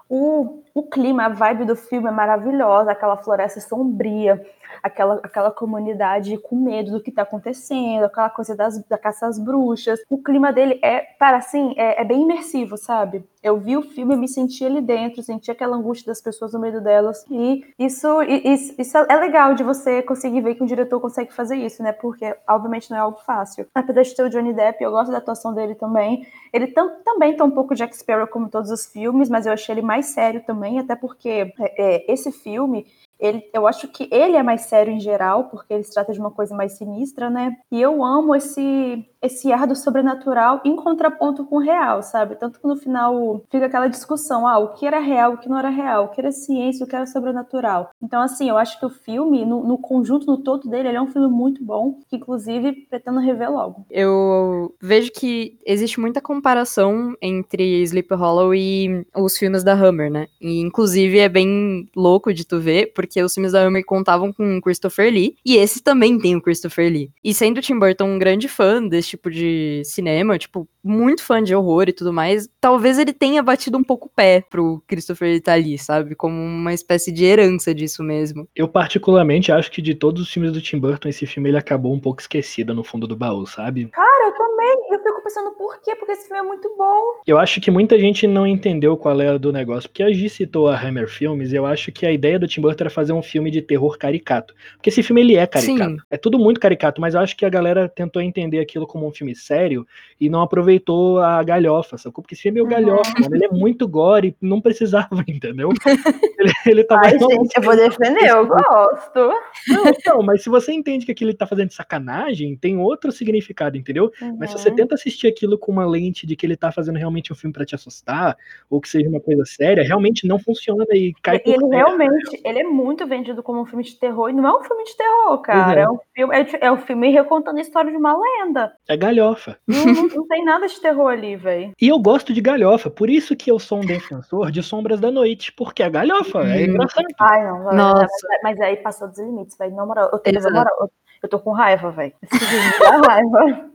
O, o clima, a vibe do filme é maravilhosa, aquela floresta sombria, aquela, aquela comunidade com medo do que tá acontecendo, aquela coisa das, da caça às bruxas. O clima dele é, para assim, é, é bem imersivo, sabe? Eu vi o filme e me senti ali dentro, senti aquela angústia das pessoas no meio delas. E isso, isso, isso é legal de você conseguir ver que um diretor consegue fazer isso, né? Porque, obviamente, não é algo fácil. Apesar de ter o Johnny Depp, eu gosto da atuação dele também. Ele tam, também tá um pouco Jack Sparrow, como todos os filmes, mas eu achei ele mais sério também, até porque é, é, esse filme... Ele, eu acho que ele é mais sério em geral, porque ele se trata de uma coisa mais sinistra, né? E eu amo esse, esse ar do sobrenatural em contraponto com o real, sabe? Tanto que no final fica aquela discussão, ah, o que era real, o que não era real, o que era ciência, o que era sobrenatural. Então, assim, eu acho que o filme, no, no conjunto, no todo dele, ele é um filme muito bom, que inclusive pretendo rever logo. Eu vejo que existe muita comparação entre Sleepy Hollow e os filmes da Hammer, né? E, inclusive, é bem louco de tu ver, porque os filmes da Hammer contavam com o Christopher Lee, e esse também tem o Christopher Lee. E sendo o Tim Burton um grande fã desse tipo de cinema, tipo, muito fã de horror e tudo mais, talvez ele tenha batido um pouco o pé pro Christopher Lee estar ali, sabe? Como uma espécie de herança disso mesmo. Eu particularmente acho que de todos os filmes do Tim Burton, esse filme ele acabou um pouco esquecido no fundo do baú, sabe? Cara, eu também. Eu fico pensando por quê? Porque esse filme é muito bom. Eu acho que muita gente não entendeu qual era do negócio, porque a Gi citou a Hammer Filmes, e eu acho que a ideia do Tim Burton era fazer um filme de terror caricato. Porque esse filme ele é caricato. Sim. É tudo muito caricato, mas eu acho que a galera tentou entender aquilo como um filme sério e não aproveitou a galhofa, sacou? Porque esse filme é o galhofa, Uhum. mano. Ele é muito gore, não precisava, entendeu? Ele, ele tava Ai, realmente gente, eu vou defender, eu gosto. Não, não, mas se você entende que aquilo ele tá fazendo de sacanagem, tem outro significado, entendeu? Uhum. Mas se você tenta assistir aquilo com uma lente de que ele tá fazendo realmente um filme pra te assustar, ou que seja uma coisa séria, realmente não funciona e cai por Ele terra. realmente, ele é muito vendido como um filme de terror, e não é um filme de terror, cara. Pois é. É um filme, é, é um filme recontando a história de uma lenda. É galhofa. Não, não, não tem nada de terror ali, velho. E eu gosto de galhofa, por isso que eu sou um defensor de Sombras da Noite, porque a galhofa é Hum. engraçado. Ai, não, velho. Nossa. Mas, mas aí passou dos limites, velho. Na moral, eu tô, na Exato. moral, eu, eu tô com raiva, velho. Esse filme me dá raiva.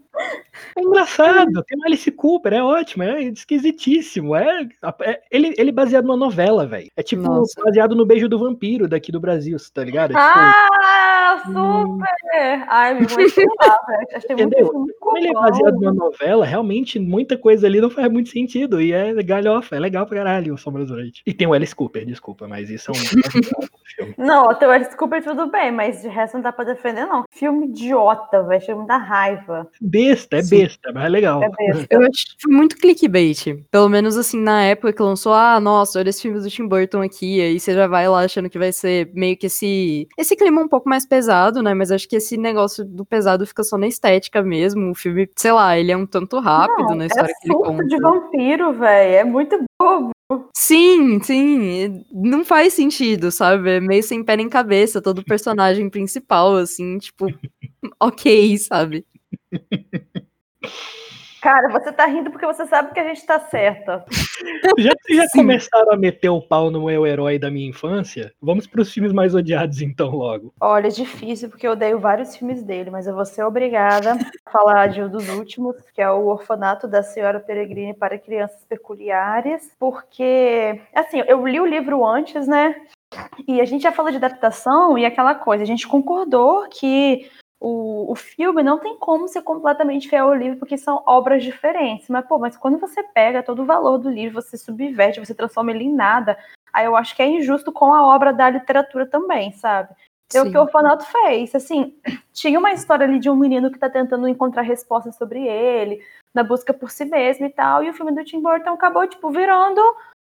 É engraçado, tem o Alice Cooper, é ótimo, é esquisitíssimo. É, é- ele, ele é baseado numa novela, velho. É tipo Nossa. baseado no Beijo do Vampiro daqui do Brasil, tá ligado? É tipo, Ah, hum, super! Ai, amigo, mas sei lá, velho. Achei muito, entendeu? muito Como ele é baseado bom. numa novela, realmente muita coisa ali não faz muito sentido. E é galhofa, é legal pra caralho o Sombra da Noite. E tem o Alice Cooper, desculpa, mas isso é um filme. Não, até o Alice Cooper tudo bem, mas de resto não dá pra defender, não. Filme idiota, velho. Filme da raiva. Besta, é Sim. besta, mas é legal. É besta. Eu acho que foi muito clickbait. Pelo menos assim, na época que lançou, ah, nossa, olha esse filme do Tim Burton aqui, aí você já vai lá achando que vai ser meio que esse, esse clima um pouco mais pesado, né? Mas acho que esse negócio do pesado fica só na estética mesmo. O filme, sei lá, ele é um tanto rápido Não, na é história que ele surto conta. de vampiro, velho. É muito bobo. Sim, sim, não faz sentido, sabe? É meio sem pé nem cabeça, todo personagem principal, assim, tipo, ok, sabe? Cara, você tá rindo porque você sabe que a gente tá certa. Já que já Sim. começaram a meter o pau no meu herói da minha infância, vamos pros filmes mais odiados então logo. Olha, é difícil porque eu odeio vários filmes dele, mas eu vou ser obrigada a falar de um dos últimos, que é o Orfanato da Senhora Peregrine para Crianças Peculiares, porque, assim, eu li o livro antes, né? E a gente já falou de adaptação e aquela coisa, a gente concordou que o, o filme não tem como ser completamente fiel ao livro, porque são obras diferentes. Mas, pô, mas quando você pega todo o valor do livro, você subverte, você transforma ele em nada, aí eu acho que é injusto com a obra da literatura também, sabe? É o que o Orfanato fez. Assim, tinha uma história ali de um menino que tá tentando encontrar respostas sobre ele, na busca por si mesmo e tal, e o filme do Tim Burton acabou, tipo, virando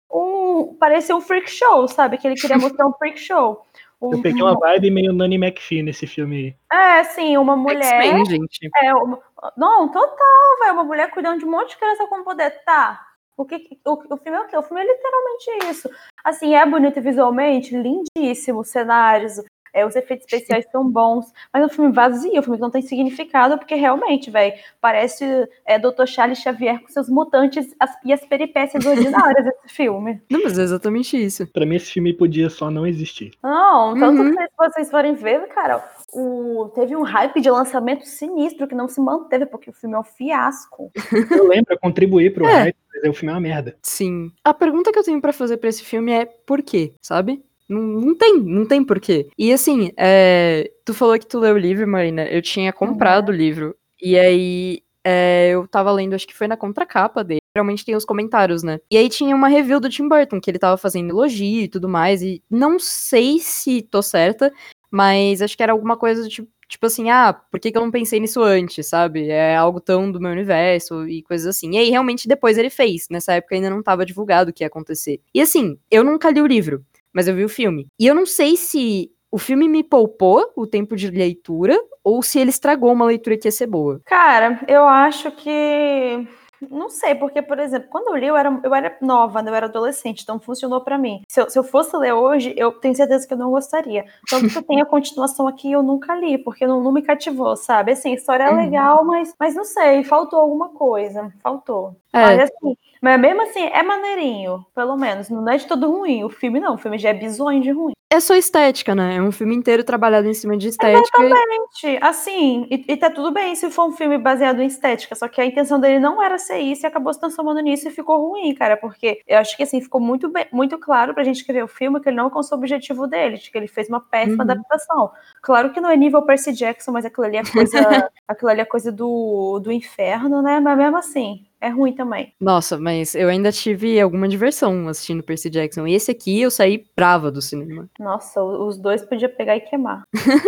um... parecia um freak show, sabe? Que ele queria mostrar um freak show. Um, Eu peguei uma vibe meio Nanny McPhee nesse filme aí. É, assim, uma mulher... X-Men, gente. É, uma, não, total, velho. Uma mulher cuidando de um monte de criança com poder. Tá. O, que, o, o filme é o quê? O filme é literalmente isso. Assim, é bonito visualmente, lindíssimo, os cenários, é, os efeitos especiais são bons, mas é um filme vazio, um filme que não tem significado, porque realmente, velho, parece é, doutor Charles Xavier com seus mutantes as, e as peripécias ordinárias desse filme. Não, mas é exatamente isso. Pra mim esse filme podia só não existir. Não, tanto Uhum. que se vocês forem ver, cara, o, teve um hype de lançamento sinistro que não se manteve, porque o filme é um fiasco. Eu lembro, eu contribuí pro É. hype, mas o filme é uma merda. Sim. A pergunta que eu tenho pra fazer pra esse filme é por quê, sabe? Não, não tem, não tem porquê. E assim, é, tu falou que tu leu o livro, Marina. Eu tinha comprado o livro. E aí é, eu tava lendo, acho que foi na contracapa dele. Geralmente tem os comentários, né? E aí tinha uma review do Tim Burton, que ele tava fazendo elogio e tudo mais. E não sei se tô certa, mas acho que era alguma coisa do tipo. Tipo assim, ah, por que, que eu não pensei nisso antes, sabe? É algo tão do meu universo e coisas assim. E aí, realmente, depois ele fez. Nessa época ainda não tava divulgado o que ia acontecer. E assim, eu nunca li o livro, mas eu vi o filme. E eu não sei se o filme me poupou o tempo de leitura ou se ele estragou uma leitura que ia ser boa. Cara, eu acho que... Não sei, porque, por exemplo, quando eu li, eu era, eu era nova, né? Eu era adolescente, então funcionou pra mim. Se eu, se eu fosse ler hoje, eu tenho certeza que eu não gostaria. Tanto que tem a continuação aqui eu nunca li, porque não, não me cativou, sabe? Assim, a história é Uhum. legal, mas, mas não sei, faltou alguma coisa. Faltou. É. Mas assim, mas mesmo assim, é maneirinho, pelo menos. Não é de todo ruim. O filme não, o filme já é bizonho de ruim. É só estética, né? É um filme inteiro trabalhado em cima de estética. Exatamente. Assim, e, e tá tudo bem se for um filme baseado em estética, só que a intenção dele não era ser isso e acabou se transformando nisso e ficou ruim, cara, porque eu acho que assim, ficou muito, bem, muito claro pra gente que vê o filme que ele não alcançou o objetivo dele, de que ele fez uma péssima Uhum. adaptação. Claro que não é nível Percy Jackson, mas aquilo ali é coisa, aquilo ali é coisa do, do inferno, né? Mas mesmo assim, é ruim também. Nossa, mas eu ainda tive alguma diversão assistindo Percy Jackson. E esse aqui eu saí brava do cinema. Nossa, os dois podiam pegar e queimar.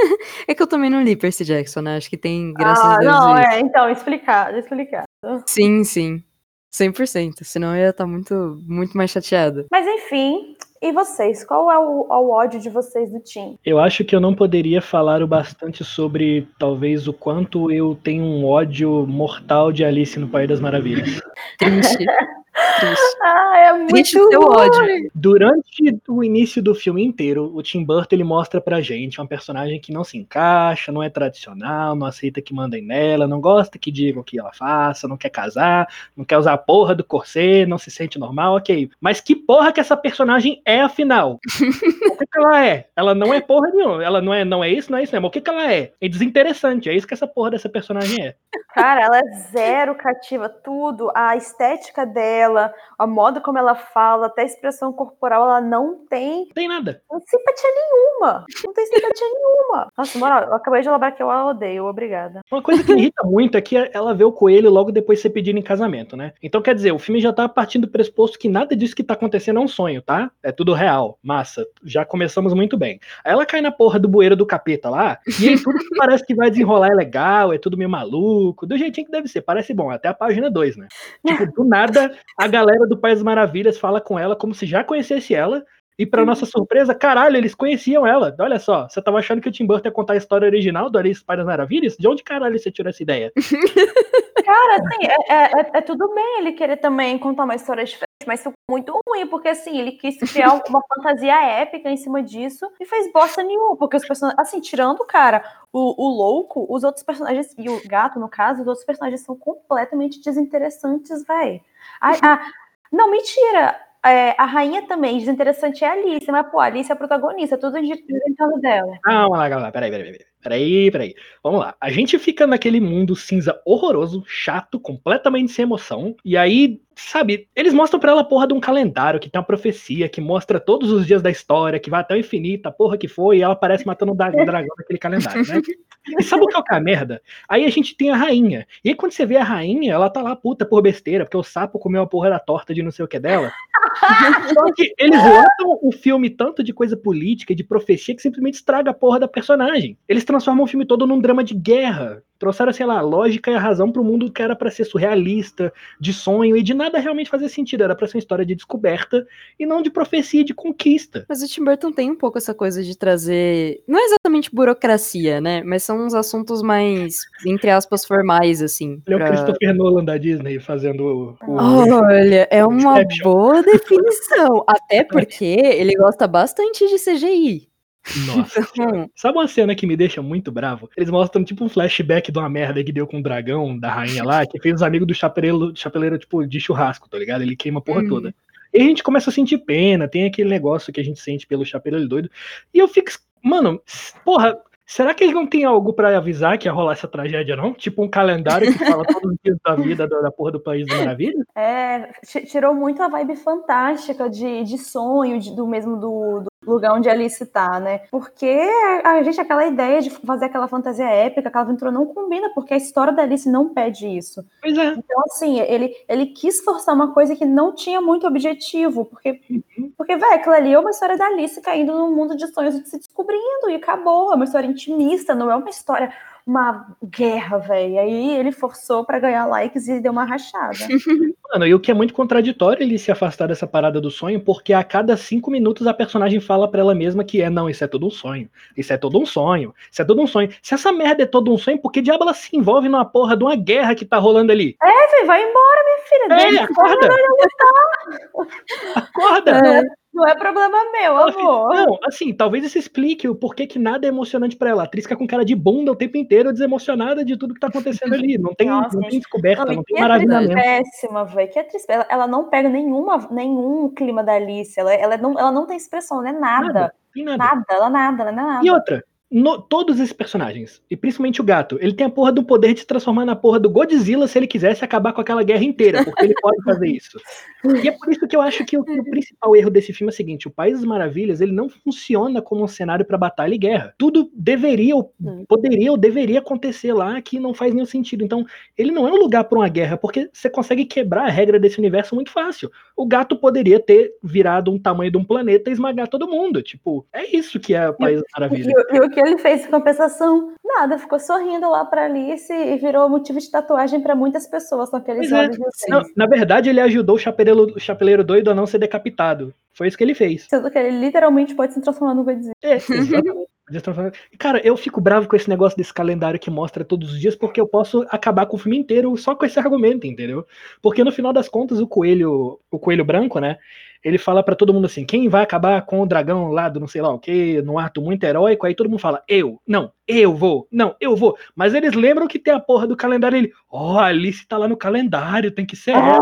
É que eu também não li Percy Jackson, né? Acho que tem, graças Ah, a Deus, não, isso. é, então, explicado, explicado. Sim, sim. cem por cento. Senão eu ia estar muito, muito mais chateada. Mas enfim, e vocês? Qual é o, o ódio de vocês do Tim? Eu acho que eu não poderia falar o bastante sobre, talvez, o quanto eu tenho um ódio mortal de Alice no País das Maravilhas. Triste. Triste. Ah, é muito Triste o seu ruim. ódio. Durante o início do filme inteiro, o Tim Burton ele mostra pra gente uma personagem que não se encaixa, não é tradicional, não aceita que mandem nela, não gosta que digam o que ela faça, não quer casar, não quer usar a porra do corset, não se sente normal, ok. Mas que porra que essa personagem é, afinal? O que, que ela é? Ela não é porra nenhuma. Ela não é, não é isso, não é isso mesmo. O que, que ela é? É desinteressante. É isso que essa porra dessa personagem é. Cara, ela é zero cativa, tudo, a estética dela, a moda como ela fala, até a expressão corporal, ela não tem, Não tem nada. não tem simpatia nenhuma. Não tem simpatia nenhuma. Nossa, moral, eu acabei de lembrar que eu a odeio, obrigada. Uma coisa que me irrita muito é que ela vê o coelho logo depois de ser pedido em casamento, né? Então, quer dizer, o filme já tá partindo do pressuposto que nada disso que tá acontecendo é um sonho, tá? É tudo real. Massa. Já começamos muito bem. Aí ela cai na porra do bueiro do capeta lá, e aí tudo que parece que vai desenrolar é legal, é tudo meio maluco, do jeitinho que deve ser. Parece bom, até a página dois, né? Tipo, do nada, a galera do País das Maravilhas fala com ela como se já conhecesse ela, e pra nossa surpresa, caralho, eles conheciam ela. Olha só, você tava achando que o Tim Burton ia contar a história original do Alice no País das Maravilhas? De onde caralho você tirou essa ideia? Cara, assim, é, é, é tudo bem ele querer também contar uma história diferente, mas ficou muito ruim, porque assim, ele quis criar uma fantasia épica em cima disso e fez bosta nenhuma, porque os personagens, assim, tirando, cara, o, o louco, os outros personagens, e o gato, no caso, os outros personagens são completamente desinteressantes, véi. A, a, não, mentira! É, a rainha também, desinteressante é a Alice, mas pô, a Alice é a protagonista, tudo em torno dela. Calma lá, calma lá, peraí, peraí, peraí. Peraí, peraí. Vamos lá. A gente fica naquele mundo cinza horroroso, chato, completamente sem emoção. E aí, sabe, eles mostram pra ela a porra de um calendário que tem uma profecia, que mostra todos os dias da história, que vai até o infinito, a porra que foi, e ela aparece matando um dragão naquele calendário, né? E sabe o que é o que é a merda? Aí a gente tem a rainha. E aí quando você vê a rainha, ela tá lá puta por besteira, porque o sapo comeu a porra da torta de não sei o que dela. Só que eles lotam o filme tanto de coisa política e de profecia que simplesmente estraga a porra da personagem. Eles transformam o filme todo num drama de guerra. Trouxeram, sei lá, a lógica e a razão pro mundo que era pra ser surrealista, de sonho e de nada realmente fazer sentido. Era pra ser uma história de descoberta e não de profecia e de conquista. Mas o Tim Burton tem um pouco essa coisa de trazer, não é exatamente burocracia, né? Mas são uns assuntos mais, entre aspas, formais, assim. Ele é pra... o Christopher Nolan da Disney fazendo o... o... Olha, é uma Inception. boa definição. Até porque ele gosta bastante de C G I. Nossa senhora. Sabe uma cena que me deixa muito bravo? Eles mostram tipo um flashback de uma merda que deu com o dragão da rainha lá, que fez os amigos do chapeleiro, chapeleiro tipo, de churrasco, tá ligado? Ele queima a porra Uhum. toda. E a gente começa a sentir pena, tem aquele negócio que a gente sente pelo chapeleiro doido. E eu fico, mano, porra, será que eles não têm algo pra avisar que ia rolar essa tragédia, não? Tipo um calendário que fala todos os dias da vida da, da porra do País das Maravilhas? É, tirou muito a vibe fantástica de, de sonho, de, do mesmo do, do lugar onde a Alice tá, né? Porque a gente, aquela ideia de fazer aquela fantasia épica, aquela aventura não combina, porque a história da Alice não pede isso. Pois é. Então, assim, ele, ele quis forçar uma coisa que não tinha muito objetivo, porque, porque velho, aquilo ali é uma história da Alice caindo num mundo de sonhos e se descobrindo, e acabou. É uma história intimista, não é uma história, uma guerra, velho. Aí ele forçou pra ganhar likes e deu uma rachada. Mano, e o que é muito contraditório ele se afastar dessa parada do sonho, porque a cada cinco minutos a personagem fala pra ela mesma que é, não, isso é todo um sonho, isso é todo um sonho, isso é todo um sonho. Se essa merda é todo um sonho, por que diabo ela se envolve numa porra de uma guerra que tá rolando ali? É, véio, vai embora, minha filha. É, Deixa acorda! Acorda! É. Não é problema meu, amor. Não, assim, talvez isso explique o porquê que nada é emocionante pra ela. A atriz fica com cara de bunda o tempo inteiro, desemocionada de tudo que tá acontecendo ali. Não tem, Nossa, não tem gente. descoberta, Não, não, e tem que atriz maravilhamento. péssima, velho. Que atriz ela, ela não pega nenhuma, nenhum clima da Alice. Ela, ela, não, ela não tem expressão, não é nada. Nada, tem nada. Nada, ela nada, ela não é nada. E outra, no, todos esses personagens, e principalmente o gato, ele tem a porra do poder de se transformar na porra do Godzilla se ele quisesse acabar com aquela guerra inteira, porque ele pode fazer isso. E é por isso que eu acho que o, que o principal erro desse filme é o seguinte: o País das Maravilhas, ele não funciona como um cenário pra batalha e guerra. Tudo deveria, ou poderia ou deveria acontecer lá que não faz nenhum sentido. Então, ele não é um lugar pra uma guerra, porque você consegue quebrar a regra desse universo muito fácil. O gato poderia ter virado um tamanho de um planeta e esmagar todo mundo. Tipo, é isso que é o País das Maravilhas. E, e, e o que ele fez em compensação? Nada, ficou sorrindo lá pra Alice e virou motivo de tatuagem pra muitas pessoas com aqueles Pois é. olhos de Não, na verdade, ele ajudou o chapeleiro, o chapeleiro doido a não ser decapitado. Foi isso que ele fez. Sendo que ele literalmente pode se transformar no Godzilla. É, exatamente. Cara, eu fico bravo com esse negócio desse calendário que mostra todos os dias, porque eu posso acabar com o filme inteiro só com esse argumento, entendeu? Porque no final das contas, o coelho, o coelho branco, né? Ele fala pra todo mundo assim, quem vai acabar com o dragão lá do não sei lá o que, num ato muito heróico, aí todo mundo fala, eu, não, eu vou, não, eu vou. Mas eles lembram que tem a porra do calendário, ele, ó, oh, a Alice tá lá no calendário, tem que ser ela.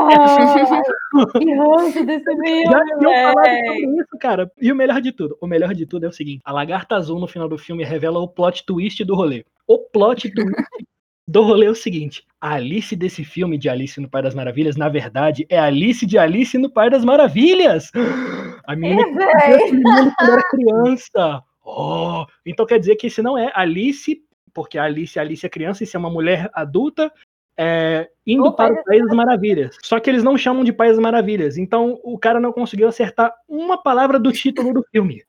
Ah, que ranço desse filme, Já tinham falado velho. sobre isso, cara. E o melhor de tudo, o melhor de tudo é o seguinte, a lagarta azul no final do filme revela o plot twist do rolê. O plot twist do rolê é o seguinte, a Alice desse filme de Alice no País das Maravilhas, na verdade, é a Alice de Alice no País das Maravilhas. A menina que viveu aquele mundo quando era criança. Oh, então quer dizer que esse não é Alice, porque a Alice, a Alice é criança, e se é uma mulher adulta, é, indo O para País o País das Maravilhas. Só que eles não chamam de País das Maravilhas. Então o cara não conseguiu acertar uma palavra do título do filme.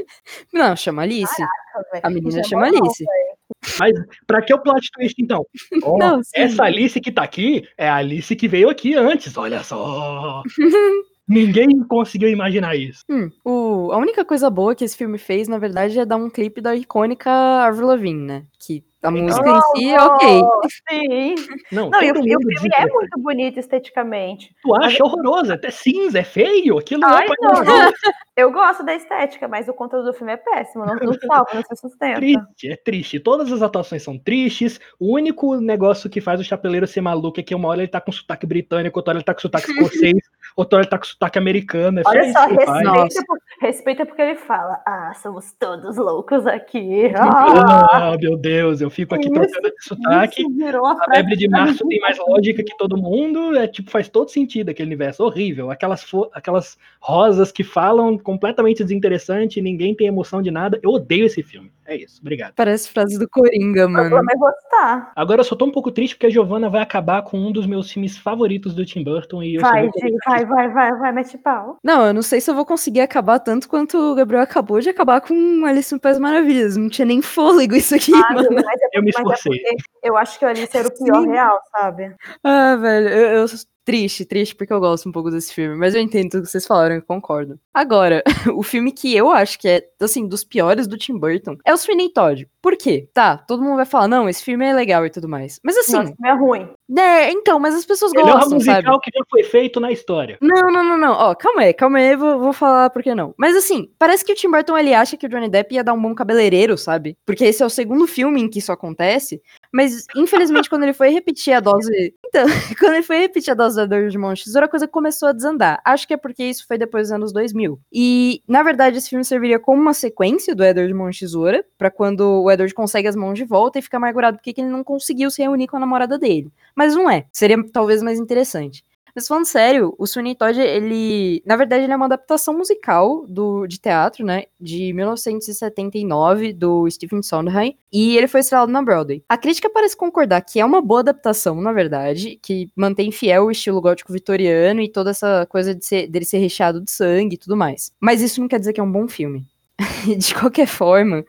Não, chama Alice. Caraca, A menina velho. chama Não, Alice. Mas pra que o plot twist, então? Oh, Não, sim. essa Alice que tá aqui é a Alice que veio aqui antes, olha só. Ninguém conseguiu imaginar isso. Hum, o, a única coisa boa que esse filme fez, na verdade, é dar um clipe da icônica Avril Lavigne, né? Que a Então, música em si, ok. Sim. Não, Não, e o, todo e o mundo filme é muito bonito esteticamente. Tu acha horroroso, é até cinza, é feio, aquilo Ai, não não, não. Eu gosto da estética, mas o conteúdo do filme é péssimo, não, não salva, não se sustenta. Triste, é triste. Todas as atuações são tristes. O único negócio que faz o Chapeleiro ser maluco é que uma hora ele tá com sotaque britânico, outra hora ele tá com sotaque escocês, outra hora ele tá com sotaque americano. É Olha só, isso que faz. respeita, por, respeita porque ele fala, ah, somos todos loucos aqui. Ah, Ah, meu Deus, eu fico aqui isso, trocando esse sotaque. isso virou a A febre de frase março tem mais lógica que todo mundo. É tipo, faz todo sentido aquele universo horrível. Aquelas, fo- aquelas rosas que falam completamente desinteressante, ninguém tem emoção de nada. Eu odeio esse filme. É isso, obrigado. Parece frase do Coringa, mano. vai gostar. Agora eu só tô um pouco triste porque a Giovanna vai acabar com um dos meus filmes favoritos do Tim Burton e eu só Vai, vou Gi, vai, vai, vai, vai, mete pau. Não, eu não sei se eu vou conseguir acabar tanto quanto o Gabriel acabou de acabar com Alice no País das Maravilhas. Não tinha nem fôlego isso aqui, Ah, mano. mas é, Eu me mas é esforcei. porque eu acho que o Alice era o pior Sim. real, sabe? Ah, velho, eu, eu sou triste, triste porque eu gosto um pouco desse filme, mas eu entendo tudo que vocês falaram e concordo. Agora, o filme que eu acho que é, assim, dos piores do Tim Burton é o Sweeney Todd. Por quê? Tá, todo mundo vai falar, não, esse filme é legal e tudo mais. Mas assim, Nossa, é ruim. né, então, mas as pessoas Melhor gostam, musical sabe? que já foi feito na história. Não, não, não, não. Ó, calma aí, calma aí, vou, vou falar por que não. Mas assim, parece que o Tim Burton, ele acha que o Johnny Depp ia dar um bom cabeleireiro, sabe? Porque esse é o segundo filme em que isso acontece. Mas, infelizmente, quando ele foi repetir a dose... Então, quando ele foi repetir a dose da Edward de Mão de Tesoura, a coisa começou a desandar. Acho que é porque isso foi depois dos anos dois mil. E, na verdade, esse filme serviria como uma sequência do Edward de Mão de Tesoura, pra quando o Edward consegue as mãos de volta e fica amargurado porque ele não conseguiu se reunir com a namorada dele. Mas não é. Seria talvez mais interessante. Mas falando sério, o Sweeney Todd, ele... Na verdade, ele é uma adaptação musical do, de teatro, né? De mil novecentos e setenta e nove, do Stephen Sondheim. E ele foi estrelado na Broadway. A crítica parece concordar que é uma boa adaptação, na verdade. Que mantém fiel o estilo gótico vitoriano e toda essa coisa de ser, dele ser recheado de sangue e tudo mais. Mas isso não quer dizer que é um bom filme. De qualquer forma,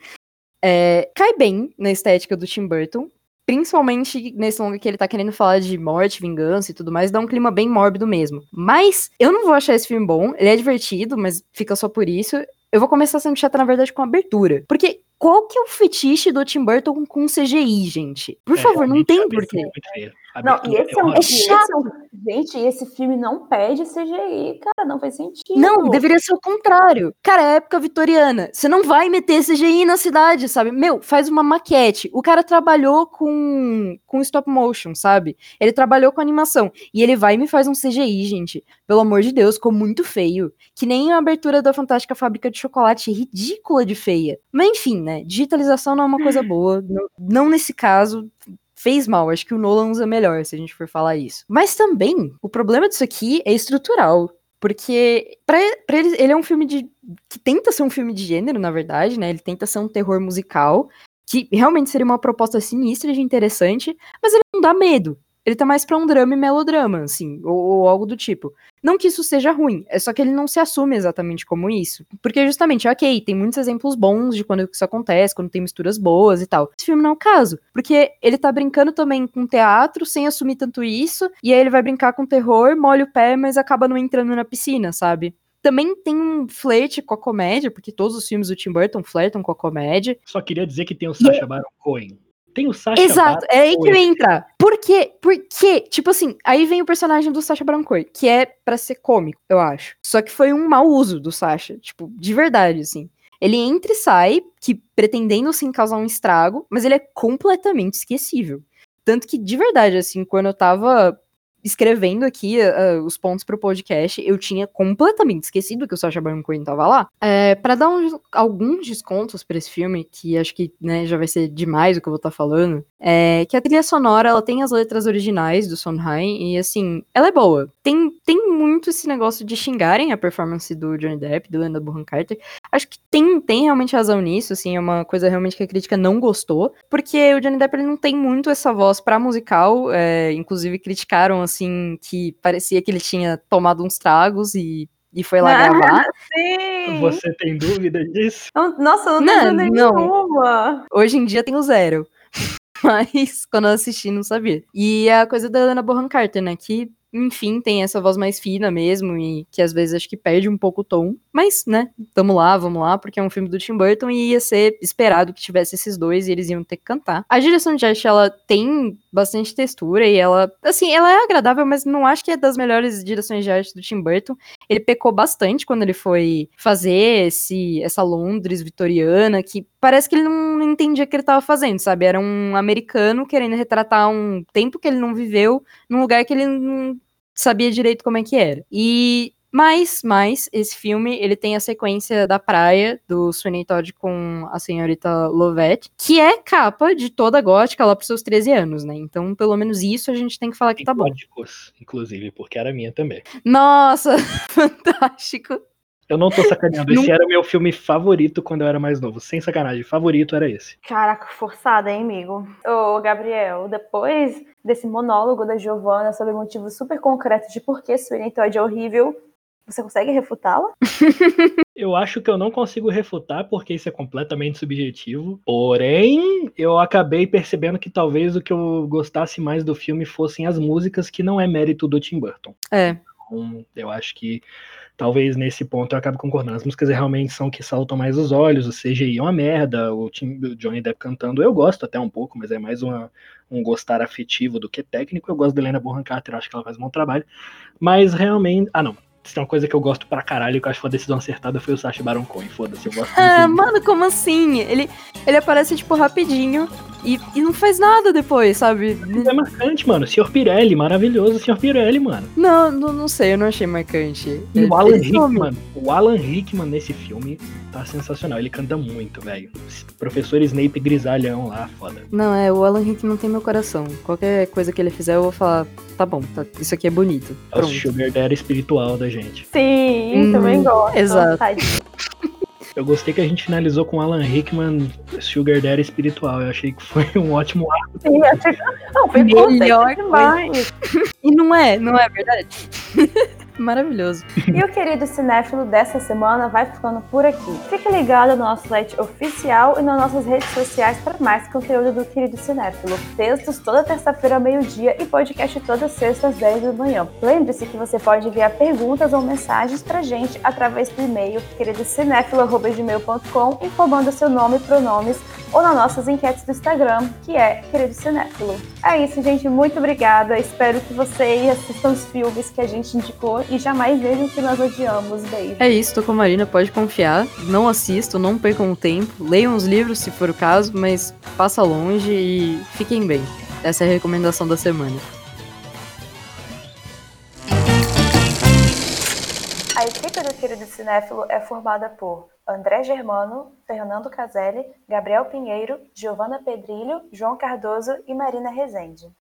é, cai bem na estética do Tim Burton. Principalmente nesse longa que ele tá querendo falar de morte, vingança e tudo mais, dá um clima bem mórbido mesmo. Mas eu não vou achar esse filme bom, ele é divertido, mas fica só por isso. Eu vou começar sendo chata, na verdade, com a abertura. Porque qual que é o fetiche do Tim Burton com C G I, gente? Por É, favor, não realmente, tem a abertura porquê. é muito feia. A Não, e abertura esse é um, horrorosa. e esse é um... Gente, esse filme não pede C G I, cara, não faz sentido. Não, deveria ser o contrário. Cara, é época vitoriana. Você não vai meter C G I na cidade, sabe? Meu, faz uma maquete. O cara trabalhou com, com stop motion, sabe? Ele trabalhou com animação. E ele vai e me faz um C G I, gente. Pelo amor de Deus, ficou muito feio. Que nem a abertura da Fantástica Fábrica de Chocolate, ridícula de feia. Mas enfim, né? Digitalização não é uma coisa boa. Não, não nesse caso... Fez mal, acho que o Nolan usa melhor, se a gente for falar isso. Mas também, o problema disso aqui é estrutural. Porque, pra, pra ele, ele é um filme de... que tenta ser um filme de gênero, na verdade, né? Ele tenta ser um terror musical, que realmente seria uma proposta sinistra de interessante, mas ele não dá medo. Ele tá mais pra um drama e melodrama, assim, ou, ou algo do tipo. Não que isso seja ruim, é só que ele não se assume exatamente como isso. Porque justamente, ok, tem muitos exemplos bons de quando isso acontece, quando tem misturas boas e tal. Esse filme não é o caso, porque ele tá brincando também com teatro, sem assumir tanto isso, e aí ele vai brincar com terror, molha o pé, mas acaba não entrando na piscina, sabe? também tem um flerte com a comédia, porque todos os filmes do Tim Burton flertam com a comédia. Só queria dizer que tem o Sacha Baron Cohen. Tem o Sacha Exato, Baron é aí que Cohen. entra. Por quê? Porque, tipo assim, aí vem o personagem do Sacha Baron Cohen, que é pra ser cômico, eu acho. Só que foi um mau uso do Sacha, tipo, de verdade, assim. Ele entra e sai, que pretendendo, assim, causar um estrago, mas ele é completamente esquecível. Tanto que, de verdade, assim, quando eu tava escrevendo aqui uh, os pontos pro podcast, eu tinha completamente esquecido que o Sacha Baron Cohen tava lá. É, pra dar uns, alguns descontos pra esse filme, que acho que, né, já vai ser demais o que eu vou estar tá falando, é que a trilha sonora, ela tem as letras originais do Sondheim, e assim, ela é boa. Tem, tem muito esse negócio de xingarem a performance do Johnny Depp, do Helena Bonham Carter. Acho que tem, tem realmente razão nisso, assim, é uma coisa realmente que a crítica não gostou, porque o Johnny Depp, ele não tem muito essa voz pra musical, é, inclusive criticaram, assim, que parecia que ele tinha tomado uns tragos e, e foi lá Ah, gravar. Sim! Você tem dúvida disso? Não- Nossa, eu não Não, tenho dúvida não. nenhuma. Hoje em dia tenho zero. Mas quando eu assisti, não sabia. E a coisa da Helena Bonham Carter, né? Que, enfim, tem essa voz mais fina mesmo e que às vezes acho que perde um pouco o tom. Mas, né, tamo lá, vamos lá, porque é um filme do Tim Burton e ia ser esperado que tivesse esses dois e eles iam ter que cantar. A direção de arte, ela tem bastante textura e ela, assim, ela é agradável, mas não acho que é das melhores direções de arte do Tim Burton. Ele pecou bastante quando ele foi fazer esse, essa Londres vitoriana, que parece que ele não entendia o que ele tava fazendo, sabe? Era um americano querendo retratar um tempo que ele não viveu num lugar que ele não sabia direito como é que era. E Mas, mas, esse filme, ele tem a sequência da praia, do Sweeney Todd com a senhorita Lovett, que é capa de toda a gótica lá pros seus treze anos, né? Então, pelo menos isso a gente tem que falar que tá bom. Góticos, inclusive, porque era minha também. Nossa, fantástico. Eu não tô sacaneando, esse era o meu filme favorito quando eu era mais novo. Sem sacanagem, favorito era esse. Caraca, forçada, hein, amigo? Ô, Gabriel, depois desse monólogo da Giovanna sobre motivos super concretos de por que Sweeney Todd é horrível, você consegue refutá-la? Eu acho que eu não consigo refutar, porque isso é completamente subjetivo. Porém, eu acabei percebendo que talvez o que eu gostasse mais do filme fossem as músicas, que não é mérito do Tim Burton. É. Então, eu acho que talvez nesse ponto eu acabe concordando. As músicas realmente são que saltam mais os olhos, o C G I é uma merda, o, Tim, o Johnny Depp cantando eu gosto até um pouco, mas é mais uma, um gostar afetivo do que técnico. Eu gosto da Helena Bonham Carter, acho que ela faz um bom trabalho. Mas realmente... Ah, não. Se tem uma coisa que eu gosto pra caralho, que eu acho que foi a decisão acertada, foi o Sacha Baron Cohen. Foda-se, eu gosto Ah, muito. mano, como assim? Ele, ele aparece, tipo, rapidinho e, e não faz nada depois, sabe? É marcante, mano. senhor Pirelli, maravilhoso, senhor Pirelli, mano. Não, não, não sei, eu não achei marcante. E o Alan Ele some. Rickman, o Alan Rickman nesse filme tá sensacional. Ele canta muito, velho. Professor Snape grisalhão lá, foda. Não, é, o Alan Rickman tem meu coração. Qualquer coisa que ele fizer, eu vou falar, tá bom, tá, isso aqui é bonito. É o Pronto. Sugar Daddy espiritual da gente. Sim, Hum, também gosto. exato. Tadinho. Eu gostei que a gente finalizou com o Alan Rickman, Sugar Daddy espiritual. Eu achei que foi um ótimo arco. Sim, eu achei... Não, foi Melhor conceito demais. E não é, não é verdade? Maravilhoso. E o querido cinéfilo dessa semana vai ficando por aqui. Fique ligado no nosso site oficial e nas nossas redes sociais para mais conteúdo do querido cinéfilo. Textos toda terça-feira ao meio-dia e podcast toda sexta às dez da manhã. Lembre-se que você pode enviar perguntas ou mensagens pra gente através do e-mail queridocinéfilo arroba gmail ponto com, informando seu nome e pronomes, ou nas nossas enquetes do Instagram, que é Querido Cinéfilo. É isso, gente. Muito obrigada. Espero que vocês assistam os filmes que a gente indicou e jamais vejam que nós odiamos. Beijo. É isso, tô com a Marina, pode confiar. Não assistam, não percam o tempo. Leiam os livros se for o caso, mas passa longe e fiquem bem. Essa é a recomendação da semana. A equipe do Querido Cinéfilo é formada por André Germano, Fernando Caselli, Gabriel Pinheiro, Giovana Pedrilho, João Cardoso e Marina Rezende.